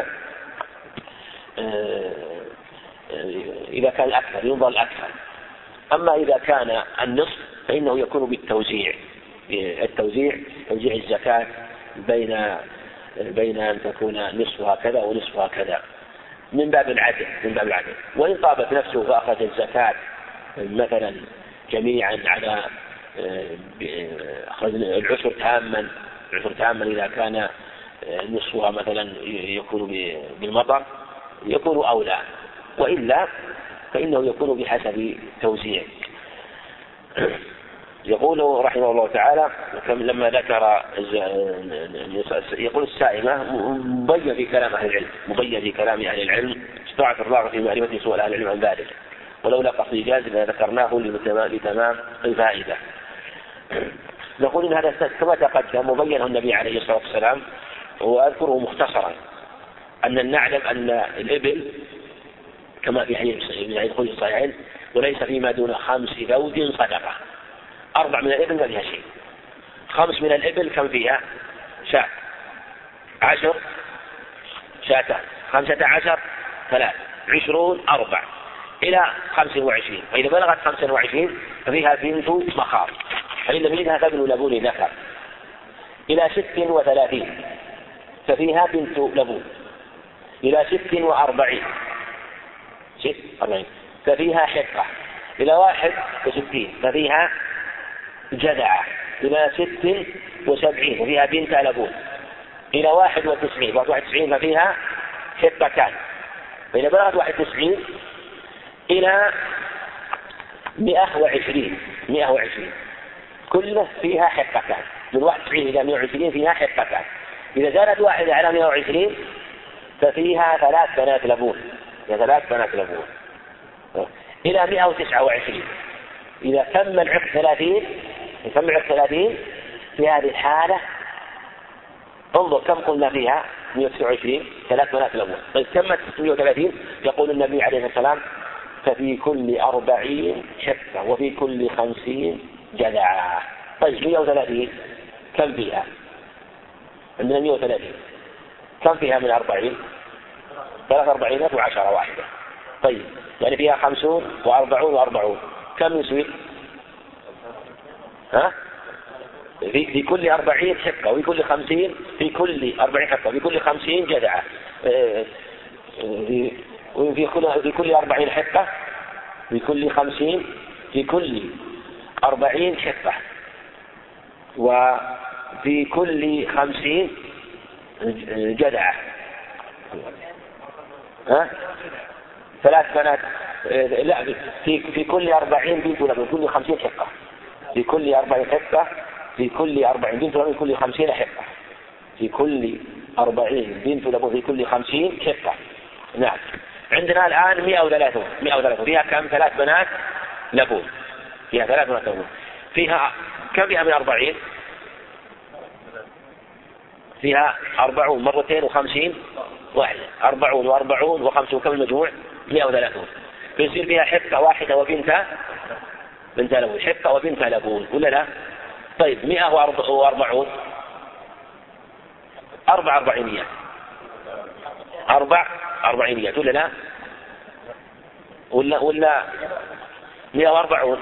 إذا كان الأكثر ينظر الأكثر. أما إذا كان النصف فإنه يكون بالتوزيع التوزيع توزيع الزكاة بين بين أن تكون نصفها كذا ونصفها كذا من باب العدل من باب العدل. وإن طابت نفسه فأخذ الزكاة مثلا جميعا على أخذ العشر تاما العشر تاما إذا كان نصفها مثلا يكون بالمطر يكون أولى، وإلا فإنه يكون بحسب توزيع. يقول رحمه الله تعالى لما ذكر يقول السائمة مبين في كلام أهل العلم مبين في كلام أهل العلم استطاعت الراغب في معرفة سؤال أهل العلم عن ذلك، ولولا قصد إيجاز ذكرناه لتمام الفائدة. نقول إن هذا كما تقدم مبينه النبي عليه الصلاة والسلام، وأذكره مختصرا أن نعلم أن الإبل كما في حديث الخلق الصحيحين وليس فيما دون خمس ذود صدقة. أربع من الإبل ما فيها شيء، خمس من الإبل كم فيها؟ شاة، عشر شاتان، خمسة عشر ثلاث، عشرون أربع، إلى خمس وعشرين. وإذا بلغت خمسة وعشرين ففيها بنت مخاض، فإن منها ابن لبون ذكر، إلى ست وثلاثين ففيها بنت لبون، إلى ست وأربعين ست أربعين ففيها حقة، إلى واحد وستين ففيها جذعة، إلى ست وسبعين ففيها بنت لبون، إلى واحد وتسعين واحد وتسعين ففيها حقتان، فإذا بلغت واحد وتسعين إلى مئة وعشرين مئة وعشرين كله فيها حقتان، من واحد وتسعين إلى مئة وعشرين فيها حقتان. إذا زادت واحدة على مئة وعشرين ففيها ثلاث بنات لبون، فيها ثلاث بنات لبون إلى مئة وتسعة وعشرين. إذا تم العقد ثلاثين يتم العقد ثلاثين في هذه الحالة انظر كم قلنا فيها مئة وتسعة وعشرين ثلاث بنات لبون. طيب تمت ستمئة وثلاثين يقول النبي عليه الصلاة والسلام ففي كل أربعين شقة وفي كل خمسين جذعة. طيب مئة وثلاثين كم فيها؟ عندنا مئة وثلاثين كم فيها من أربعين؟ ثلاث أربعينات وعشرة واحدة. طيب يعني فيها خمسون وأربعون وأربعون كم يسوي؟ ها؟ في, في كل أربعين حقة وفي كل خمسين في كل أربعين حقة وفي كل خمسين جذعة. في وفي كل في كل أربعين حقة في كل خمسين في كل أربعين حقة وفي كل خمسين جذعة. ها؟ ثلاث بنات لا في في كل أربعين بنت لبون في كل خمسين حقة في كل أربعين حقة في كل أربعين بنت لبون في كل خمسين حقة في كل أربعين بنت لبون في كل خمسين حقة. نعم عندنا الآن مئة وثلاثون مئة وثلاثون فيها كم؟ ثلاث بنات لبون فيها ثلاث بنات لبون فيها كم فيها من أربعين؟ فيها أربعون مرتين وخمسين واحدة أربعون وأربعون وخمسون كم المجموع؟ مئة وثلاثون. بيصير فيها حقة واحدة وبنت بنت لبون حقة وبنت لبون ولا لا؟ طيب مئة وأربعون أربع أربعينيات أربع أربعينيات ولا لا؟ ولا ولا مئة وأربعون.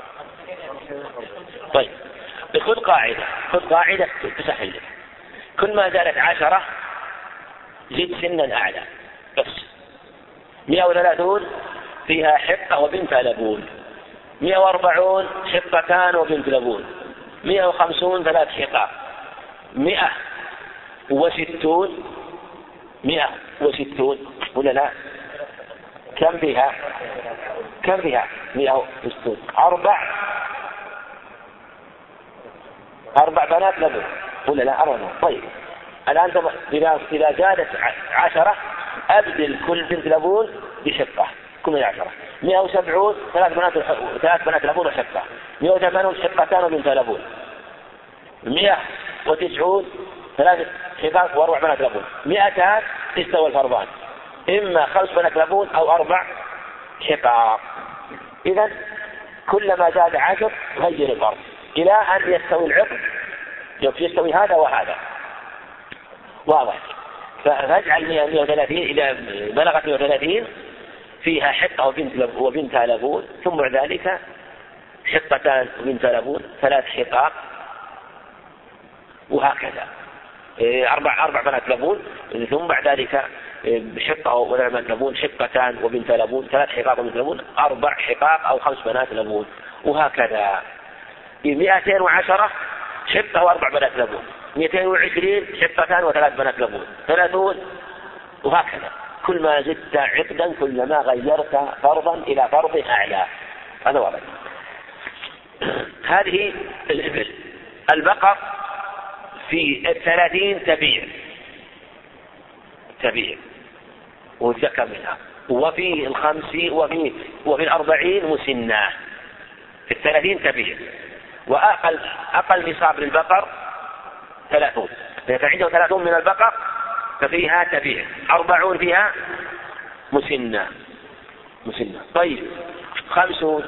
طيب خذ قاعدة خذ قاعدة تسهل لك كل ما زادت عشرة زد سنا أعلى بس. مئة وثلاثون فيها حقة وبنت لبون مئة وأربعون حقتان وبنت لبون مئة وخمسون ثلاث حقات مئة وستون مئة وستون ولا لا؟ كم فيها؟ كم فيها؟ مئة وستون أربع أربع بنات لبون ولا لا؟ أربع. طيب الآن إذا إذا زادت عشرة أبدل كل بنت لبون بشقة كل من عشرة. مئة وسبعون ثلاث بنات ثلاث بنات لبون وشقة مئة وثمانون شقتان وبنت لبون مئة وتسعون ثلاث حقات وأربع بنات لبون مئتان تستوى الفرضان إما خمس بنات لبون أو أربع حقات. إذن كلما زاد عشر غير الفرض إلى أن يستوي العقد يستوي هذا وهذا واضح. فاجعل مئة وثلاثين إلى بلغت مئة وثلاثين فيها حقة وبنت وبنت لبون ثم بعد ذلك حقتان وبنت لبون ثلاث حقات وهكذا أربع أربع بنات لبون ثم بعد ذلك حقة وبنت لبون حقتان وبنت لبون ثلاث حقات وبنت لبون أربع حقات أو خمس بنات لبون وهكذا. مئتين وعشرة حقة وأربع بنات لبون مئتين وعشرين حقتان وثلاث بنات لبون ثلاثون وهكذا. كل ما زدت عقدا كلما غيرت فرضا إلى فرض أعلى. هذا واضح. هذه الإبل. البقر في الثلاثين تبيع تبيع والزكاة منها وفي الخمسين وفي وفي الأربعين مسنة. في الثلاثين تبيع وأقل أقل نصاب للبقر ثلاثون فعنده ثلاثون من البقر ففيها تبيع أربعون فيها مسنة مسنة. طيب خمسون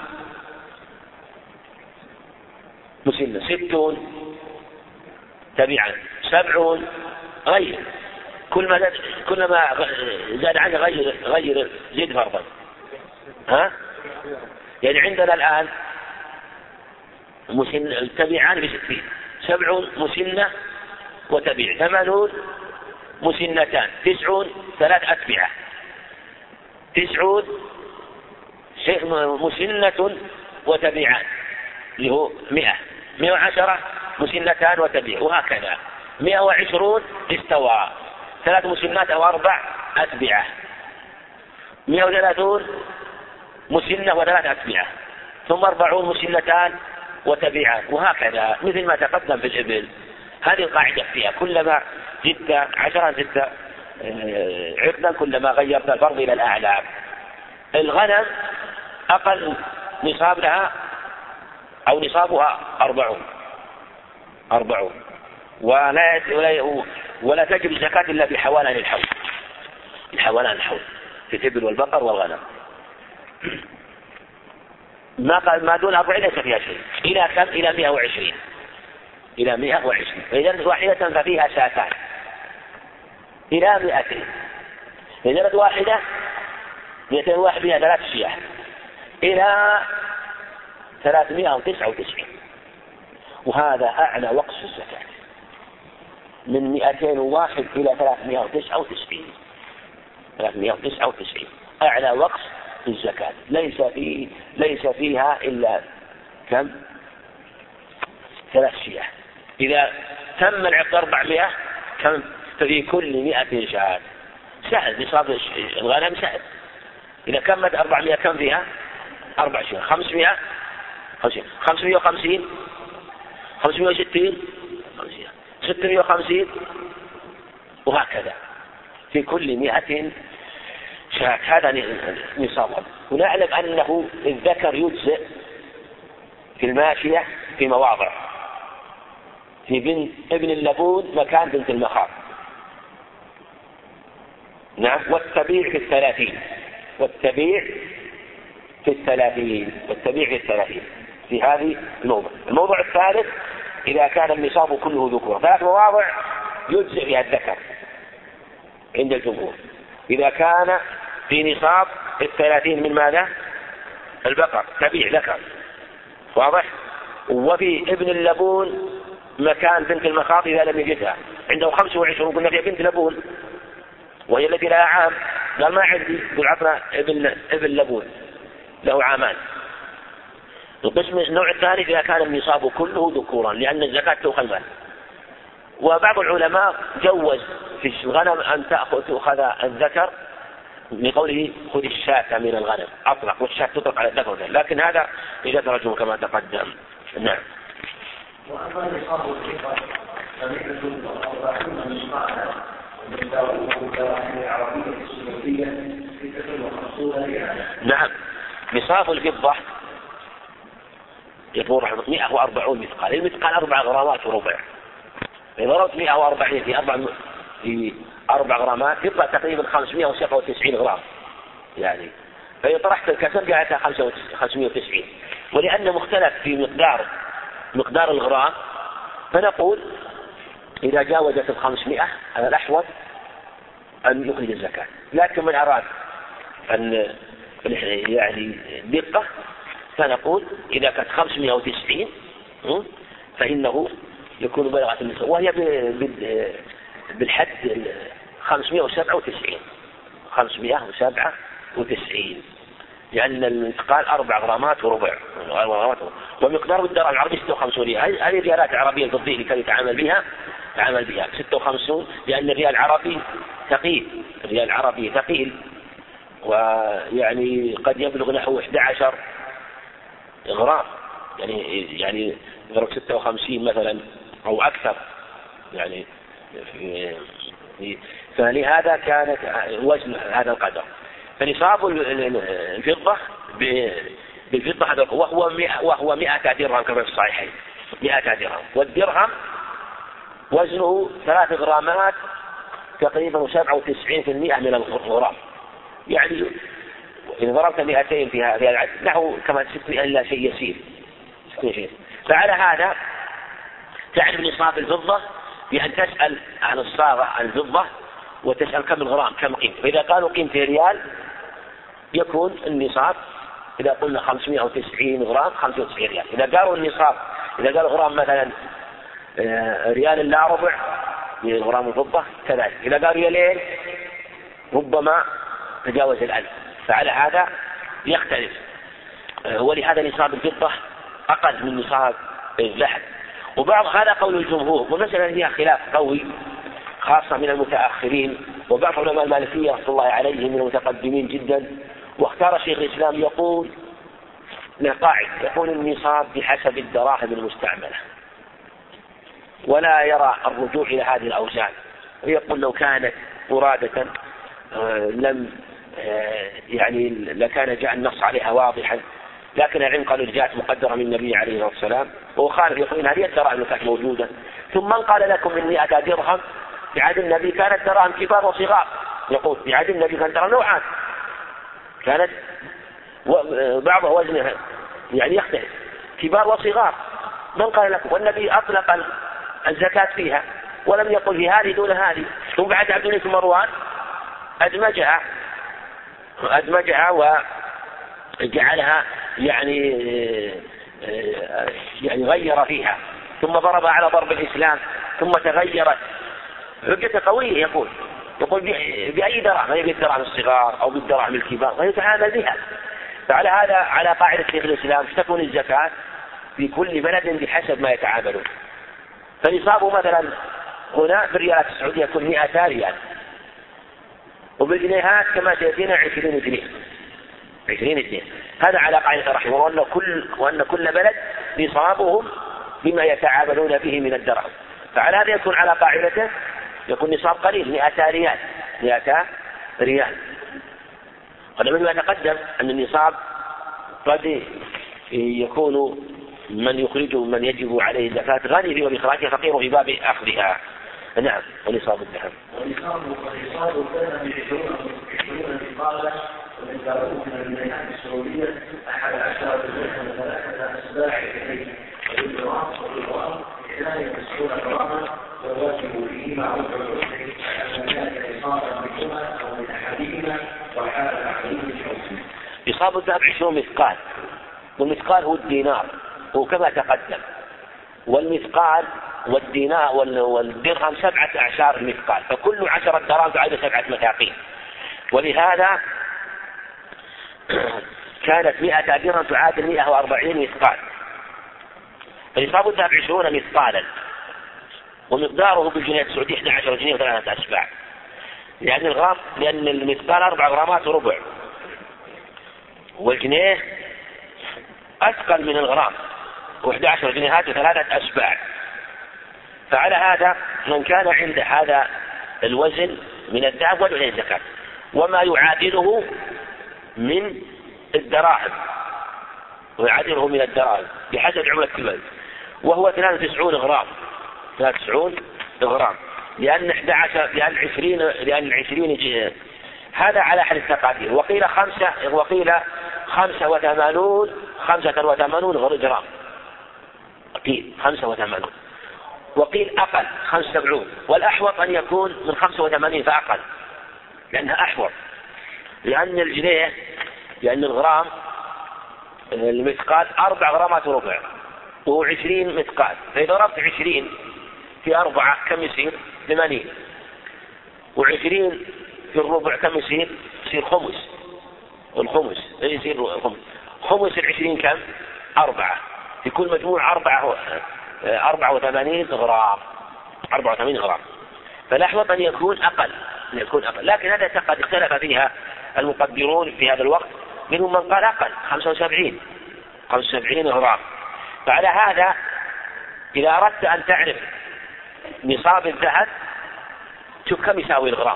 مسنة ستون تبيعا سبعون غير كل ما زاد كل ما زاد عنه غير غير زد فرضا. ها يعني عندنا الآن مسن تبيعان بستين سبعون مسنة وتبيع ثمانون مسنتان تسعون ثلاث أتبعة تسعون مسنة وتبيعان اللي هو مئة مئة وعشرة مسنتان وتبيع وهكذا. مئة وعشرون استوى ثلاث مسنات أو أربع أتبعة. مئة وثلاثون مسنة وثلاث أتبعة ثم أربعون مسنتان وتبيعان وهكذا مثل ما تقدم في الإبل. هذه القاعدة فيها كلما زدت عشرة زدت عقدا كلما غيرت الفرض إلى الأعلى. الغنم أقل نصاب لها أو نصابها أربعون أربعون ولا ولا تجب الزكاة إلا في حوالين الحول، الحوالين الحول في الإبل والبقر والغنم. ما ما دون أربعين ليس فيها شيء. إلى كم؟ إلى مئة وعشرين إلى مئة وعشرين فإذا واحدة ففيها شاتان إلى مئتين. إذا واحدة مئتين واحد فيها ثلاث شياه إلى ثلاثمائة وتسعة وتسعين، وهذا أعلى وقت في الزكاة من مئتين وواحد إلى ثلاثمائة وتسعة وتسعين ثلاثمائة وتسعة وتسعين أعلى وقت في الزكاة. ليس في ليس فيها إلا كم؟ ثلاث شياه. إذا تم العقد أربعمائة كم؟ ففي كل مئة شاة. سهل نصاب الغنم سهل. إذا كمت أربعمائة كم فيها؟ أربع شياه. خمسمائة خمسمائة وخمسين خمسمائة وستين ستمائة وخمسين وهكذا في كل مئة شاة. هذا نصابها. ونعلم أنه الذكر يجزئ في الماشية في مواضع، في بنت ابن اللبون مكان بنت المخاض، نعم، والتبيع في الثلاثين والتبيع في الثلاثين والتبيع في الثلاثين في هذه الموضع. الموضع الثالث إذا كان النصاب كله ذكور. ثلاث مواضع يجزئ فيها الذكر عند الجمهور إذا كان في نصاب الثلاثين من ماذا؟ البقر تبيع ذكر، واضح؟ وفي ابن اللبون مكان بنت المخاض إذا لم يجدها، عنده خمسة وعشرون قلنا فيها بنت لبون وهي التي لها عام، قال ما عندي، قل عطنا ابن ابن لبون له عامان. القسم النوع الثالث إذا كان النصاب كله ذكورا لأن الزكاة تؤخذ المال. وبعض العلماء جوز في الغنم أن تأخذ تؤخذ الذكر لقوله خذ الشاة من الغنم، أطلق، والشاة تطلق على الذكر، لكن هذا إذا ترجم كما تقدم. نعم. وأما نصاب الفقه فمثل أربعون نصابا من العربية السعودية ستة وخمسون ريالا. نعم. نصاب الفضة يقول رحمه مئة وأربعون مثقال. المثقال أربع غرامات وربع. إذا ضربت مئة وأربعين في أربع في أربع غرامات يطلع تقريبا خمسمائة وسبعة وتسعين غرام يعني، فإذا طرحت الكسر جاءتها خمسمائة وتسعين. ولأن مختلف في مقدار مقدار الغرام فنقول إذا جاوزت الخمسمائة على الأحوط أن يخرج الزكاة. لكن من أراد أن يعني دقة فنقول إذا كانت خمسمائة وتسعين فإنه يكون بلغت النصاب، وهي بالحد خمسمائة وسبعة وتسعين خمسمائة وسبعة وتسعين لأن المثقال أربع غرامات وربع. ومقدار الدرهم العربي ستة وخمسين ريال. هذه الريالات العربية الفضية اللي كان يتعامل بها تعامل بها ستة وخمسين لأن الريال العربي ثقيل، الريال العربي ثقيل ويعني قد يبلغ نحو أحد عشر غرام يعني يعني ضرب ستة وخمسين مثلا أو أكثر يعني، فلهذا كانت وزن هذا القدر. فنصاب الفضة بالفضة هذا وهو مئة وهو مئة درهم كما في الصحيحين، مئة درهم. والدرهم وزنه ثلاث غرامات تقريبا سبعة وتسعين في المئة من الغرام يعني. إذا ضربت مئتين فيها في العدد له كما ستمائة إلا شيء يسير شيء. فعلى هذا تعرف نصاب الفضة بأن تسأل عن الصاغة عن الفضة وتسأل كم الغرام كم قيمته. فإذا قالوا قيمته ريال يكون النصاب إذا قلنا خمسمائة وتسعين غرام خمسة وتسعين ريال. إذا قالوا النصاب إذا قالوا غرام مثلا ريال إلا ربع من غرام الفضة كذلك. إذا قالوا ريالين ربما تجاوز الألف. فعلى هذا يختلف. ولهذا نصاب الفضة أقل من نصاب الذهب. وبعض هذا قول الجمهور، والمسألة فيها خلاف قوي خاصة من المتأخرين، وبعض علماء المالكية رحمة الله عليهم من المتقدمين جدا. واختار شيخ الإسلام يقول لقاعد يقول النصاب بحسب الدراهم المستعملة ولا يرى الرجوع إلى هذه الأوزان، ويقول لو كانت مرادة لم يعني لكان جاء النص عليها واضحا، لكن العلم قالوا جاءت مقدرة من النبي عليه الصلاة والسلام، وخالف يقول إن هذه الدراهم كانت موجودة. ثم من قال لكم من مئة درهم؟ في عهد النبي كانت دراهم كبار وصغار، يقول في عهد النبي كانت دراهم نوعان، كانت بعضها وزنها يعني يختلف كبار وصغار. من قال لكم؟ والنبي أطلق الزكاة فيها ولم يقل في هذه دون هذه. ثم بعد عبد الله بن مروان أدمجها أدمجها وجعلها يعني يعني غير فيها، ثم ضرب على ضرب الإسلام، ثم تغيرت. حجة قوية يقول يقول بأي دراهم، ما بالدراهم الصغار أو بالدراهم الكبار، ويتعامل بها. فعلى هذا على قاعدة شيخ الإسلام تكون الزكاة في كل بلد بحسب ما يتعاملون. فنصابه مثلا هنا بالريالات السعودية يكون مئة ريال، وبالجنيهات كما سيأتينا عشرين جنيه عشرين جنيه. هذا على قاعدة رحمه الله، وأن كل وأن كل بلد نصابهم بما يتعاملون به من الدرهم. فعلى هذا يكون على قاعدته يكون نصاب قليل مئة ريال مئة ريال. ولما تقدم أن النصاب قد يكون من يخرجه من يجب عليه الزكاة غني وبإخراجها فقير في باب أخذها. نعم. ونصاب الذهب ونصاب الذهب عشرون مثقالا، ومن دارهم من الميناء السعودية أحد عشر درهم ثلاثة أسباع إليه، والجرام والجرام اثنان وتسعون جراما، والواجب فيهما ربع العشر على ذلك نصابا منهما أو من أحدهما وحال أحدهما الحكم. نصاب الذهب عشرون مثقال، والمثقال هو الدينار وكما تقدم، والمثقال والدينار والدرهم سبعة أعشار المثقال، فكل عشرة دراهم تعادل سبعة مثاقيل. ولهذا كانت مئة درهم تعادل مئة وأربعين مثقال. فنصاب الذهب عشرون مثقالا، ومقداره بالجنيه السعودية إحدى عشرة جنيه وثلاثة أسباع، يعني الغرام لأن المثقال أربع غرامات وربع، والجنيه أثقل من الغرام وإحدى عشر جنيهات وثلاثة أسباع. فعلى هذا من كان عند هذا الوزن من الذهب وله الزكاة، وما يعادله من الدراهم ويعادله من الدراهم بحسب عملة كل، وهو ثلاثة وتسعين غرام ثلاثة وتسعين غرام، لأن إحدى عشر لأن عشرين لأن عشرين جنيه. هذا على أحد التقادير. وقيل خمسة وقيل خمسة وثمانون خمسة وثمانون غرام، قيل خمسة وثمانون، وقيل أقل خمسة وسبعون، والأحوط أن يكون من خمسة وثمانين فأقل، لأنها أحوط، لأن الجنيه لأن الغرام المثقال أربع غرامات وربع وعشرين مثقال، فإذا ضربت عشرين في أربعة كم يصير؟ ثمانين، وعشرين في الربع كم يصير؟ يصير خمس، والخمس يصير خمس خمس العشرين كم؟ أربعة، يكون مجموع أربعة أربعة وثمانين غرام أربعة وثمانين غرام. فالأحوط أن يكون أقل أن يكون أقل، لكن هذا قد اختلف فيها المقدرون في هذا الوقت، منهم من قال أقل خمسة وسبعين خمسة وسبعين غرام. فعلى هذا إذا أردت أن تعرف نصاب الذهب شوف كم يساوي الغرام،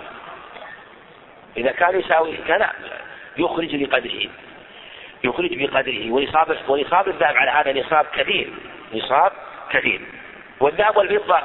إذا كان يساوي كذا يخرج بقدره يخرج بقدره ونصاب ونصاب الذهب على هذا نصاب كثير نصاب كثير. والذهب والفضة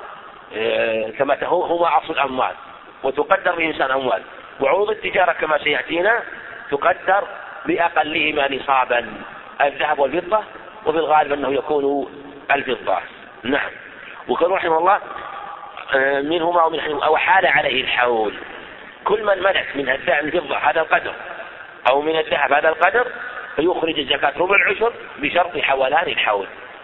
اه كما هما أصل الأموال وتقدر بإنسان أموال، وعروض التجارة كما سيأتينا تقدر بأقلهما نصابا الذهب والفضة، وفي الغالب أنه يكون الفضة. نعم. وقال رحمه الله اه منهما ومن أو حال عليه الحول، كل من ملك من الذهب الفضة هذا القدر أو من الذهب هذا القدر فيخرج الزكاة ربع العشر بشرط حولان الحول.